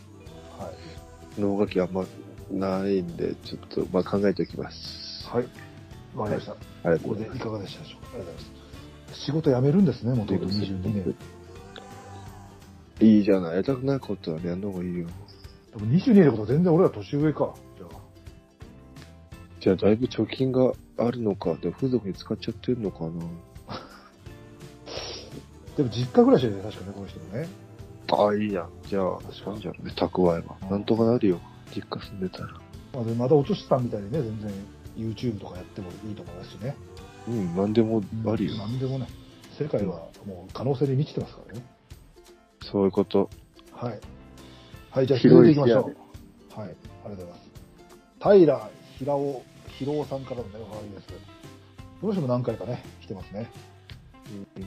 脳書きあんまないんで、ちょっと、まあ考えておきます。 はい。わかりました。 ありがとうこれございます。 でいかがでしたでしょうか？ありがとうございます。 仕事辞めるんですね、もともとにじゅうにねん。 いいじゃない。やりたくないことはやんの方がいいよ。 でもにじゅうにねんってことは全然俺ら年上か。じゃあ。 じゃあ、だいぶ貯金があるのか。でも、風俗に使っちゃってるのかな。 でも実家暮らしでね、確かね、この人もね。 ああ、いいやん。じゃあ、そうじゃん。蓄えば。なんとかなるよ。実家住んでたら。 まあ、でまたおとしさんみたいにね、全然 YouTube とかやってもいいと思いますしね。 うん、なんでもあるよ。 なんでもね、世界はもう可能性に満ちてますからね。 そういうこと。 はい。はい、じゃあ続いていきましょう。はい、ありがとうございます。平平尾、平尾さんからのね、おはがきです。この人も何回かね、来てますね。 うん、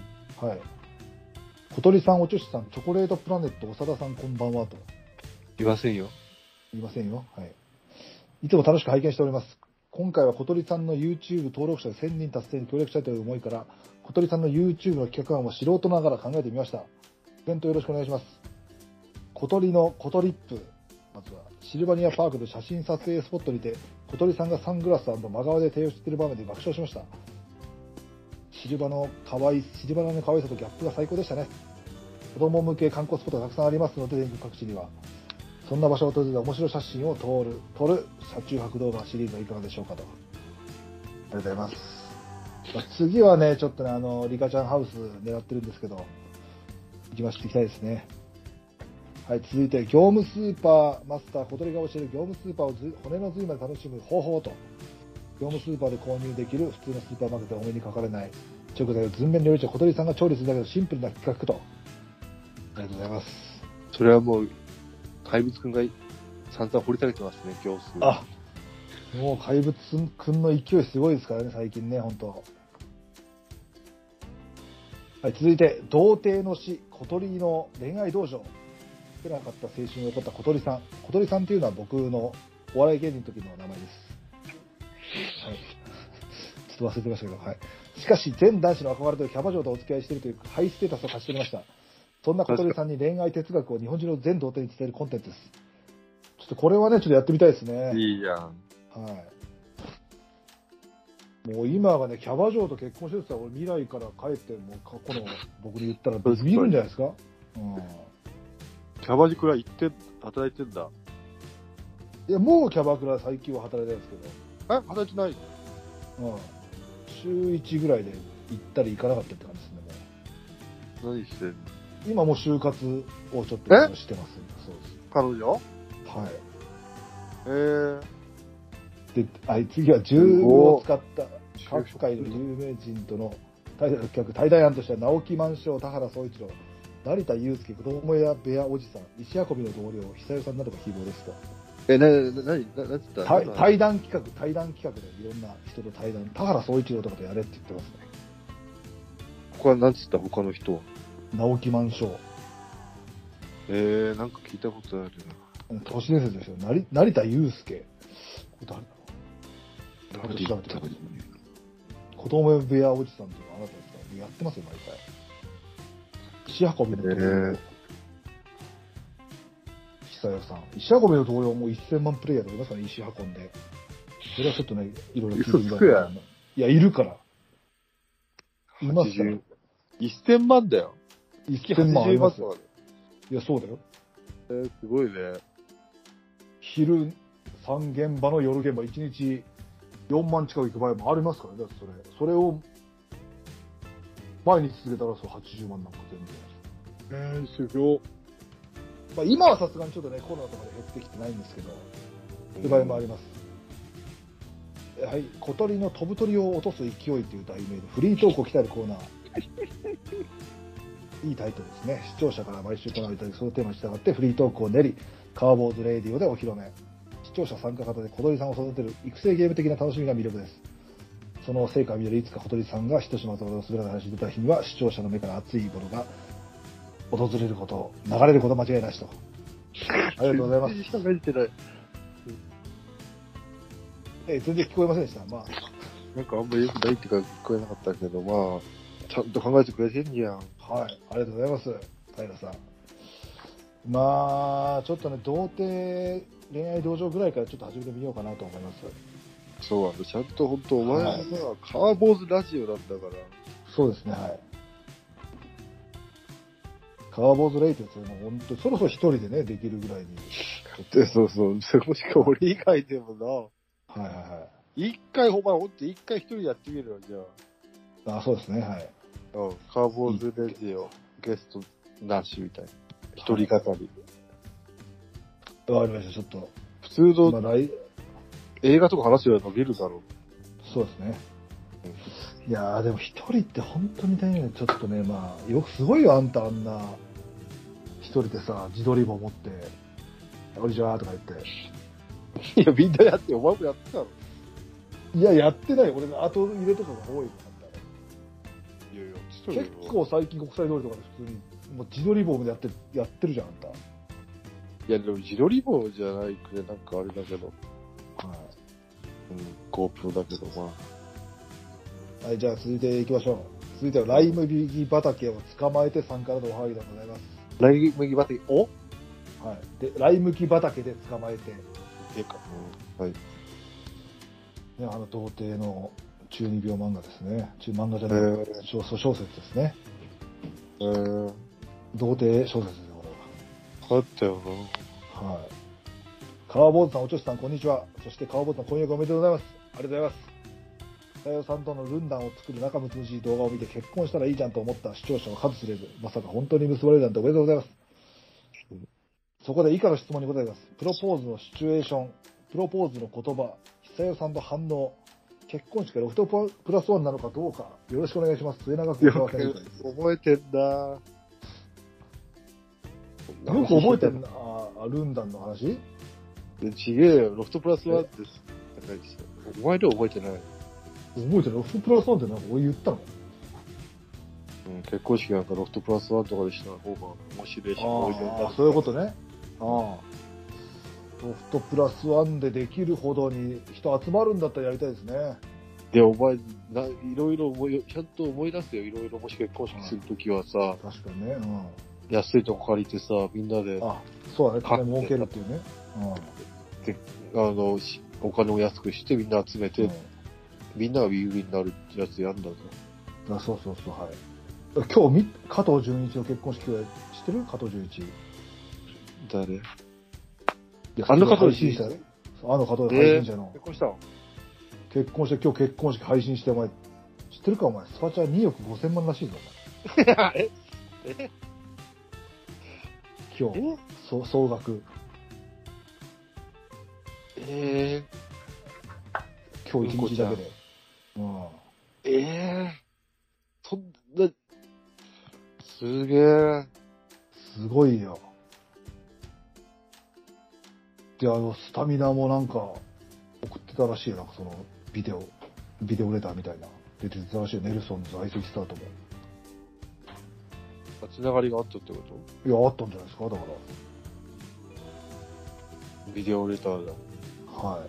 はい。小鳥さん、おちょしさん、チョコレートプラネット、長田さん、こんばんはと。 いませんよ。 いませんよ。はい。いつも楽しく拝見しております。今回は小鳥さんの YouTube 登録者せんにん達成に協力したいという思いから、小鳥さんの YouTube の企画案を素人ながら考えてみました。イベントよろしくお願いします。小鳥の小鳥ップ。まずは、シルバニアパークの写真撮影スポットにて、小鳥さんがサングラス&真顔で提供している場面で爆笑しました。シルバの可愛い、シルバナの可愛さとギャップが最高でしたね。子供向け観光スポットがたくさんありますので、全国各地には。そんな場所を訪れて面白い写真を撮る、撮る車中泊動画シリーズはいかがでしょうかと。ありがとうございます。まあ、次はね、ちょっとね、あの、リカちゃんハウス狙ってるんですけど、行きましていきたいですね。はい、続いて、業務スーパーマスター小鳥が教える業務スーパーをず骨の髄まで楽しむ方法と、業務スーパーで購入できる普通のスーパーマーケットでお目にかかれない食材を図面料理長小鳥さんが調理するだけのシンプルな企画と。ありがとうございます。 それはもう、怪物くんが散々掘り下げてますね、行数。 あ、もう怪物くんの勢いすごいですからね、最近ね、本当。はい、続いて、童貞の死、小鳥の恋愛道場。少なかった青春を起こった小鳥さん。小鳥さんというのは僕のお笑い芸人の時の名前です。はい。ちょっと忘れてましたけど、はい。しかし、全男子の憧れというキャバ嬢とお付き合いしているというハイステータスを勝ち取りました。そんな小鳥さんに恋愛哲学を日本中の全童貞に伝えるコンテンツです。ちょっとこれはね、ちょっとやってみたいですね。 いいやん。 はい。もう今がね、キャバ嬢と結婚してるって言ったら、俺未来から帰って、もう過去の僕に言ったら見るんじゃないですか。うん。 キャバ塾は行って、働いてんだ。 いや、もうキャバクラ最近は働いてるんですけえ働いてないど、うん。週いちぐらいで行ったり行かなかったって感じですね、もう。 何してんの今もう就活をちょっとしてます。そうです。 彼女はい。 えー。 で、あい次は銃を使った各界の有名人との対談企画、対談案としては、直木万象、田原総一郎、成田悠介、子供や部屋おじさん、石運びの同僚、久代さんなどが希望ですと。 え、な、な、な、な、なんつった対対談企画、対談企画でいろんな人と対談、田原総一郎とかとやれって言ってますね。 他はなんつった他の人は。 直木万象。 えー、なんか聞いたことある都市伝説ですよ。成成田悠介。これ誰だろう。 な。 調べてください。子供部屋おじさんっていうのはあなたですから、やってますよ、毎回。石運びの同僚。 えー久代さん。石運びの同僚もせんまんプレイヤーでいますからね、石運んで。それはちょっとね、いろいろ聞いてみたいな。いや、いるから。いますから。 せんまんだよ。 せんまんありますよ。いや、そうだよ。 えー、すごいね。 昼さん現場の夜現場、いちにちよんまん近く行く場合もありますからね、だってそれ。それを、毎日続けたらそうはちじゅうまんなんか全然。 えー、すごい。 まあ今はさすがにちょっとね、コロナとかで減ってきてないんですけど、そういう場合もあります。はい、小鳥の飛ぶ鳥を落とす勢いという題名で、フリートークを鍛えるコーナー。いいタイトルですね。視聴者から毎週行われたそのテーマに従ってフリートークを練り、カーボーズレイディオでお披露目。視聴者参加型で小鳥さんを育てる育成ゲーム的な楽しみが魅力です。その成果を見れるいつか小鳥さんが一島と滑らない話に出た日には、視聴者の目から熱いものが訪れること、流れること間違いなしと。ありがとうございます。 喋ってない。 えー、全然聞こえませんでした。まあ。 なんかあんまり良くないっていうか聞こえなかったけど、まあ、ちゃんと考えてくれてんじゃん。 はい、ありがとうございます。平さん。まあ、ちょっとね、童貞恋愛道場ぐらいからちょっと始めてみようかなと思います。 そうなんだ。ちゃんと本当お前はさ、はい、カーボーズラジオなんだから、 そうですね、はい。川坊主レイトってもう本当にそろそろ一人でね、できるぐらいに。 で、そうそう。それもしか俺以外でもな。 はいはいはい。 一回ほんま、ほんと一回一人やってみるよ、じゃあ。 あ、そうですね、はい。 うん。カーボーズレディオ、ゲストなしみたいな。一人語り。 わかりました、ちょっと。 普通の、 まあ、来映画とか話すより伸びるだろう。 そうですね。いやー、でも一人って本当にね、ちょっとね、まあ、よくすごいよ、あんたあんな、一人でさ、自撮り棒持って、こんにちはとか言って。 いや、みんなやって、お前もやってたの？ いや、やってない。俺の後入れとかが多いもん、あんた。 いやいや、ちょっと結構最近国際通りとかで普通に、もう自撮り棒でやってる、やってるじゃん、あんた。 いや、でも自撮り棒じゃないくて、なんかあれだけど。 はうん、GoPro だけど、まあ。 い。はい、じゃあ続いていきましょう。続いては、ライ麦畑を捕まえてさんからのおはぎでございます。 ライ麦畑、おはい。で、ライ麦畑で捕まえて、 えか。うん、はい。 ね、あの、童貞の中二病漫画ですね。中漫画じゃない、 えー小小説ですね。 えー、 童貞小説ですよ、これは。 あったよな。 はい。川坊主さん、おちょしさん、こんにちは。そして川坊主さん、婚約おめでとうございます。ありがとうございます。さよさんとのルンダンを作る仲睦しい動画を見て結婚したらいいじゃんと思った視聴者は数知れず、まさか本当に結ばれるなんておめでとうございます。そこで以下の質問に答えます。プロポーズのシチュエーション、プロポーズの言葉、久代さんの反応、結婚式がロフトプラスワンなのかどうか、よろしくお願いします。末永くお幸せに。 よく覚えてんな。 よく覚えてんな、あルンダンの話。 ちげえよ、ロフトプラスワンです。お前では覚えてない。 覚えてるロフトプラスワンってなんか俺言ったの？ うん、結婚式なんかロフトプラスワンとかでした方が面白いし、思い出になる。 ああ、そういうことね。ああ。ロフトプラスワンでできるほどに人集まるんだったらやりたいですね。 で、お前、な、いろいろ思い、ちゃんと思い出すよ。いろいろもし結婚式するときはさ、 確かにね。うん。 安いとこ借りてさ、みんなで、 あ、そうだね。金儲けるっていうね。 であの、しお金を安くしてみんな集めて、 うん。 みんながウィンウィンになるってやつやんだぞ。 うん、あそうそうそう、はい。今日み、加藤純一の結婚式は知ってる？加藤純一。 誰？ いやあの加藤配信者、あの加藤配信者の、 結婚したの？ 結婚して今日結婚式配信して、お前、知ってるかお前、スパチャにおくごせんまんらしいぞ、 ええ今日、そ総額。 え今日一日だけで。うん。 ええー、そんな、すげえ。 すごいよ。で、あの、スタミナもなんか、送ってたらしいよ。なんかその、ビデオ、ビデオレターみたいな。出てたらしいよ。ネルソンズ相席スタートも。 つながりがあったってこと？ いや、あったんじゃないですか、だかビデオレターだ。 ら。はい。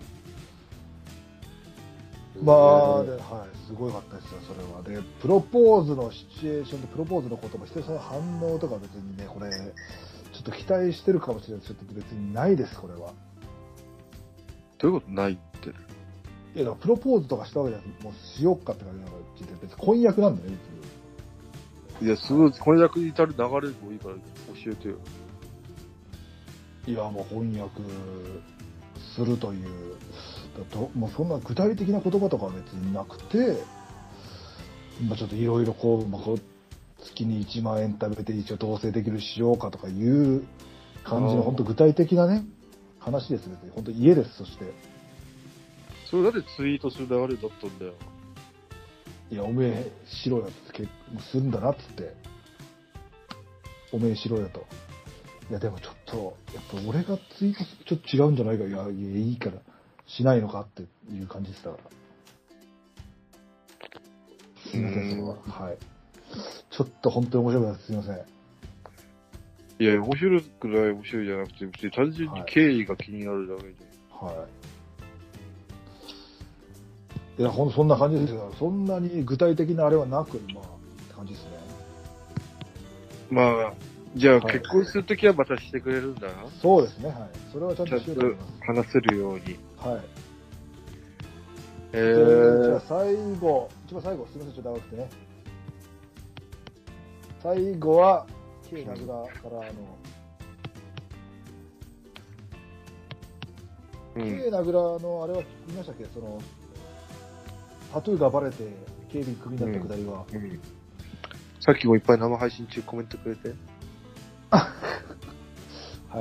まあ、ではい、すごいかったですよ、それは。で、プロポーズのシチュエーションとプロポーズの言葉、してその反応とか別にね、これ、ちょっと期待してるかもしれないですけど、別にないです、これは。 どういうことないって。 いや、だからプロポーズとかしたわけじゃなくて、もうしよっかって感じなのが、別に婚約なんだよね、 いや、すごい、婚約に至る流れでもいいから教えてよ。 別に。いや、もう翻訳するという、だともうそんな具体的な言葉とかは別になくて、まあ、ちょっといろいろこう、まあ、こう月にいちまん円食べて一応同棲できるしようかとかいう感じの本当具体的なね、話ですね。本当家です、そして。 それだってツイートする流れだったんだよ。 いや、おめえしろよって結婚するんだなっつって。おめえしろよと。いや、でもちょっと、やっぱ俺がツイートするとちょっと違うんじゃないか。いや、いやいいから、しないのかっていう感じでしたから。すいません、それは。はい。ちょっと本当に面白くないです。すいません。 いや、面白くない、面白いじゃなくて、別に単純に経緯が気になるだけじゃん。 はい。いや、ほんとそんな感じですよ。そんなに具体的なあれはなく、まあ、って感じですね。 まあ、じゃあ、 はい結婚するときはまたしてくれるんだな。 そうですね、はい。それはちゃんちゃんととしようと思います。 話せるように。 はい。 えでじゃあー、 最後、一番最後、すみません、ちょっと長くてね。 最後は、K 名倉からあの、 うん。 K 名倉のあれは見ましたっけ、その、タトゥーがバレて警備クビになったくだりは。 うん。さっきもいっぱい生配信中コメントくれて。 はい。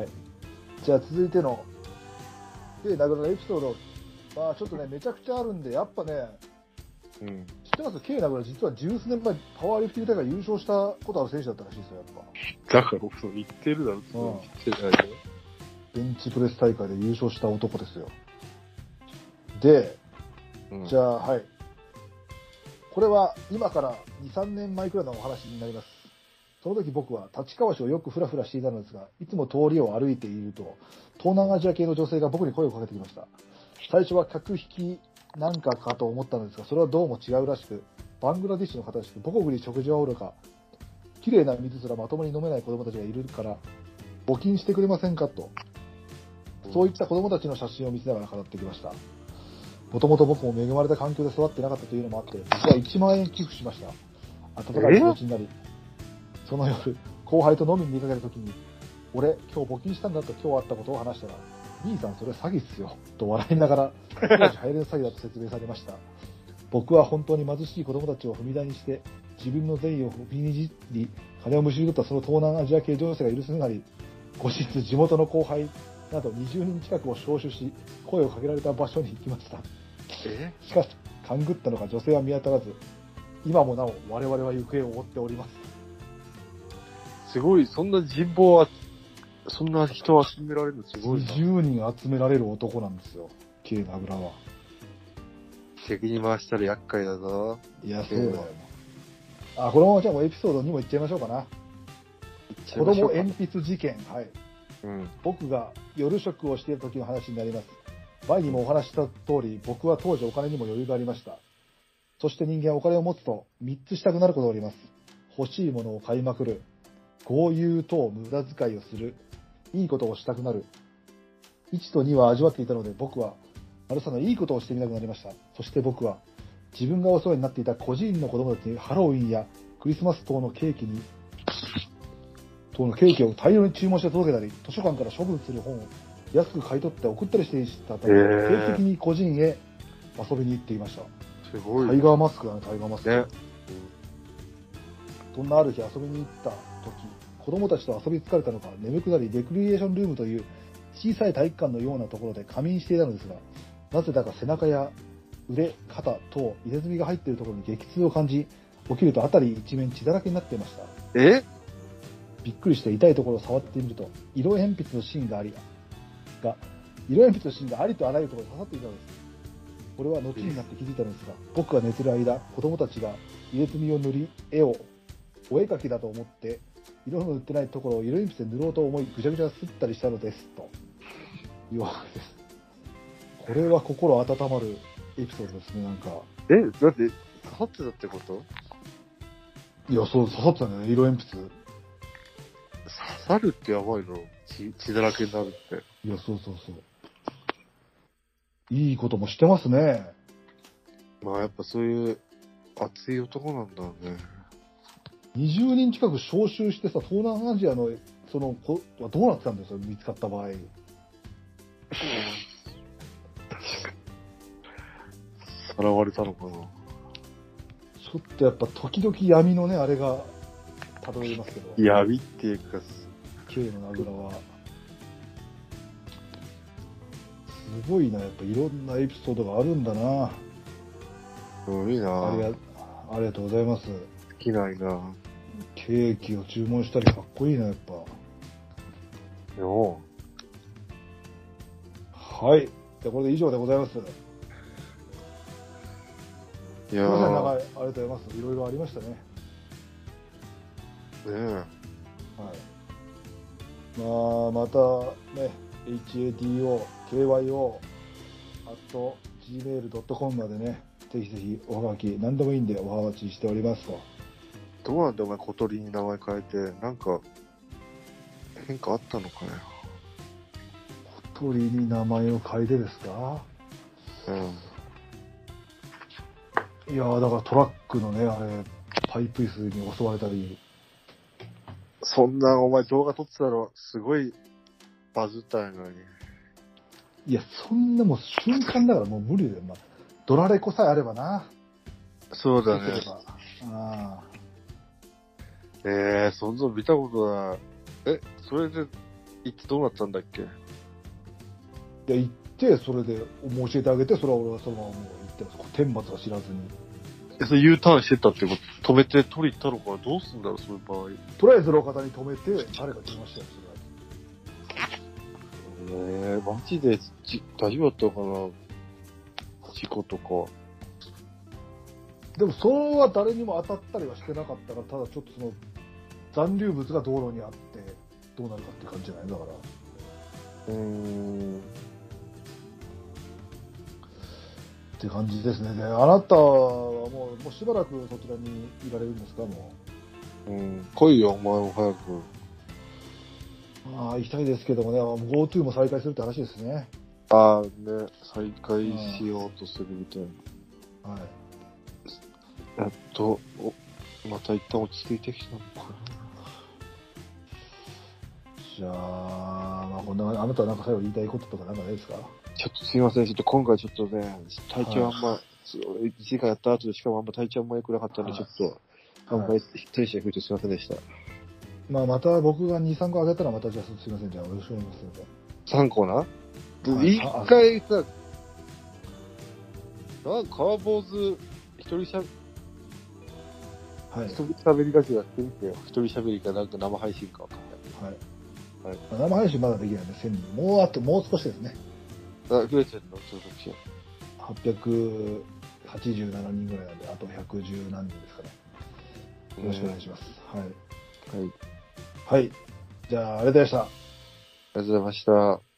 じゃあ続いての、K 名倉のエピソード、まあちょっとね、めちゃくちゃあるんで、やっぱね、 うん。 知ってます ?K 名倉実は十数年前、パワーリフティング大会優勝したことある選手だったらしいですよ、やっぱ。 だから僕そう言ってるだろって言ってないよ。 ベンチプレス大会で優勝した男ですよ。で、 うん、 じゃあ、はい。これは今からに、さんねんまえくらいのお話になります。その時僕は立川市をよくフラフラしていたのですが、いつも通りを歩いていると、東南アジア系の女性が僕に声をかけてきました。最初は客引きなんかかと思ったのですが、それはどうも違うらしく、バングラディッシュの方らしく、母国に食事はおろか、綺麗な水すらまともに飲めない子供たちがいるから、募金してくれませんかと。そういった子供たちの写真を見せながら語ってきました。もともと僕も恵まれた環境で育ってなかったというのもあって、実はいちまんえん寄付しました。温かい気持ちになり、その夜、後輩と飲みに出かけるときに、俺、今日募金したんだと今日あったことを話したら、B さんそれ詐欺っすよ、と笑いながら、当時入れる詐欺だと説明されました。僕は本当に貧しい子供たちを踏み台にして、自分の善意を踏みにじり、金をむしり取ったその東南アジア系女性が許せなり、後日地元の後輩などにじゅうにん近くを招集し、声をかけられた場所に行きました。 えしかし、勘ぐったのか女性は見当たらず、今もなお我々は行方を追っております。 すごい、そんな人望は、そんな人を集められるのすごいな。 にじゅうにん集められる男なんですよ、K 名倉は。 敵に回したら厄介だぞ。 いや、そうだよ。あ、このままじゃあもうエピソードにも行っちゃいましょうかな。子供鉛筆事件。はい。 うん、 僕が夜食をしている時の話になります。前にもお話しした通り、僕は当時お金にも余裕がありました。そして人間はお金を持つとみっつしたくなることがあります。欲しいものを買いまくる。豪遊等無駄遣いをする。いいことをしたくなる。いちとには味わっていたので、僕は、マルサのいいことをしてみたくなりました。そして僕は、自分がお世話になっていた孤児院の子供たちにハロウィンやクリスマス等のケーキに、等のケーキを大量に注文して届けたり、図書館から処分する本を安く買い取って送ったりしていたため、定期的に孤児院へ遊びに行っていました。 すごい。 タイガーマスクだね、タイガーマスク。 ね。 そんなある日遊びに行った時、子供たちと遊び疲れたのか、眠くなりレクリエーションルームという小さい体育館のようなところで仮眠していたのですが、なぜだか背中や腕、肩等、入れ墨が入っているところに激痛を感じ、起きると辺り一面血だらけになっていました。 えびっくりして痛いところを触ってみると、色鉛筆の芯があり、が、色鉛筆の芯がありとあらゆるところに刺さっていたのです。これは後になって気づいたのですが、僕が寝てる間、子供たちが入れ墨を塗り、絵をお絵描きだと思って、色の塗ってないところを色鉛筆で塗ろうと思い、ぐちゃぐちゃすったりしたのです、というわけです。これは心温まるエピソードですね、なんか。 えだって、刺さってたってこと？ いや、そう、刺さってたね、色鉛筆。 刺さるってやばいの？血、血だらけになるって。 いや、そうそうそう。いいこともしてますね。 まあやっぱそういう熱い男なんだね。 にじゅうにん近く招集してさ、東南アジアのその子はどうなってたんですよ、見つかった場合。 確かに。さらわれたのかな。 ちょっとやっぱ時々闇のね、あれが漂いますけど。 闇っていうか、 K の名倉は。すごいな、やっぱいろんなエピソードがあるんだな。 すごいな。 ありが、ありがとうございます。 好きないな。 ケーキを注文したりかっこいいな、やっぱ。 よはい。じゃあこれで以上でございます。 いやー。 すいません、長い。ありがとうございます。いろいろありましたね。 ねえ。 はい。まあ、またね、エイチエーティーオーケーワイオー アット ジーメールドットコム までね、ぜひぜひおはがき、何でもいいんでおはがきしておりますと。 どうなんだお前小鳥に名前変えて、なんか、変化あったのかね。 小鳥に名前を変えてですか？ うん。 いやー、だからトラックのね、あれ、パイプ椅子に襲われたり、 そんなお前動画撮ってたらすごいバズったんやのに。 いや、そんなもう瞬間だからもう無理だよ。まあ、ドラレコさえあればな。 そうだね。 ああ。 えー、そんなの見たことない。え、それで、いつどうなったんだっけ？ いや、行って、それで、もう教えてあげて、それは俺はそのままもう行ってます。天罰は知らずに。 え、それ U ターンしてたってこと？止めて取り行ったのかな？どうすんだろう、そういう場合。 とりあえず路肩に止めて、誰が来ましたよ、それは。 えー、マジでじ大丈夫だったのかな？事故とか。 でも、それは誰にも当たったりはしてなかったから、ただちょっとその、残留物が道路にあって、どうなるかって感じじゃないだから。 うーん。 って感じですね。で、あなたはもう、もうしばらくそちらにいられるんですか、もうん。来いよ、お前も早く。 う。まあ、行きたいですけどもね、GoTo も再開するって話ですね。 ああ、ね、再開しようとするみたいな。 はい。 やっと、お、また一旦落ち着いてきたのかな。 じゃあ、まあ、こんな、あなたはなんか最後言いたいこととかなんかないですか？ ちょっとすいません、ちょっと今回ちょっとね、体調あんま、いちじかんやった後でしかもあんま体調あんま良くなかったんで、 はいちょっと、あんまはいりテンション低いとすいませんでした。 まあ、また僕がに、さんこあげたらまたじゃあすいません、じゃあよろしくお願いしますので。 さんこなはい一回さ、なんか、カーボーズ、一人しゃべ、 はい。 一人喋りラジオやってみてよ。一人喋りかなんか生配信かわかんない。 はい。 はいまあ生配信まだできないんで、せんにん。もうあと、もう少しですね。 あ、増えてんの登録者。 はっぴゃくはちじゅうななにんぐらいなんで、あとひゃくじゅう何人ですかね。よろしくお願いします。はい。 はい。 はい。じゃあ、ありがとうございました。 ありがとうございました。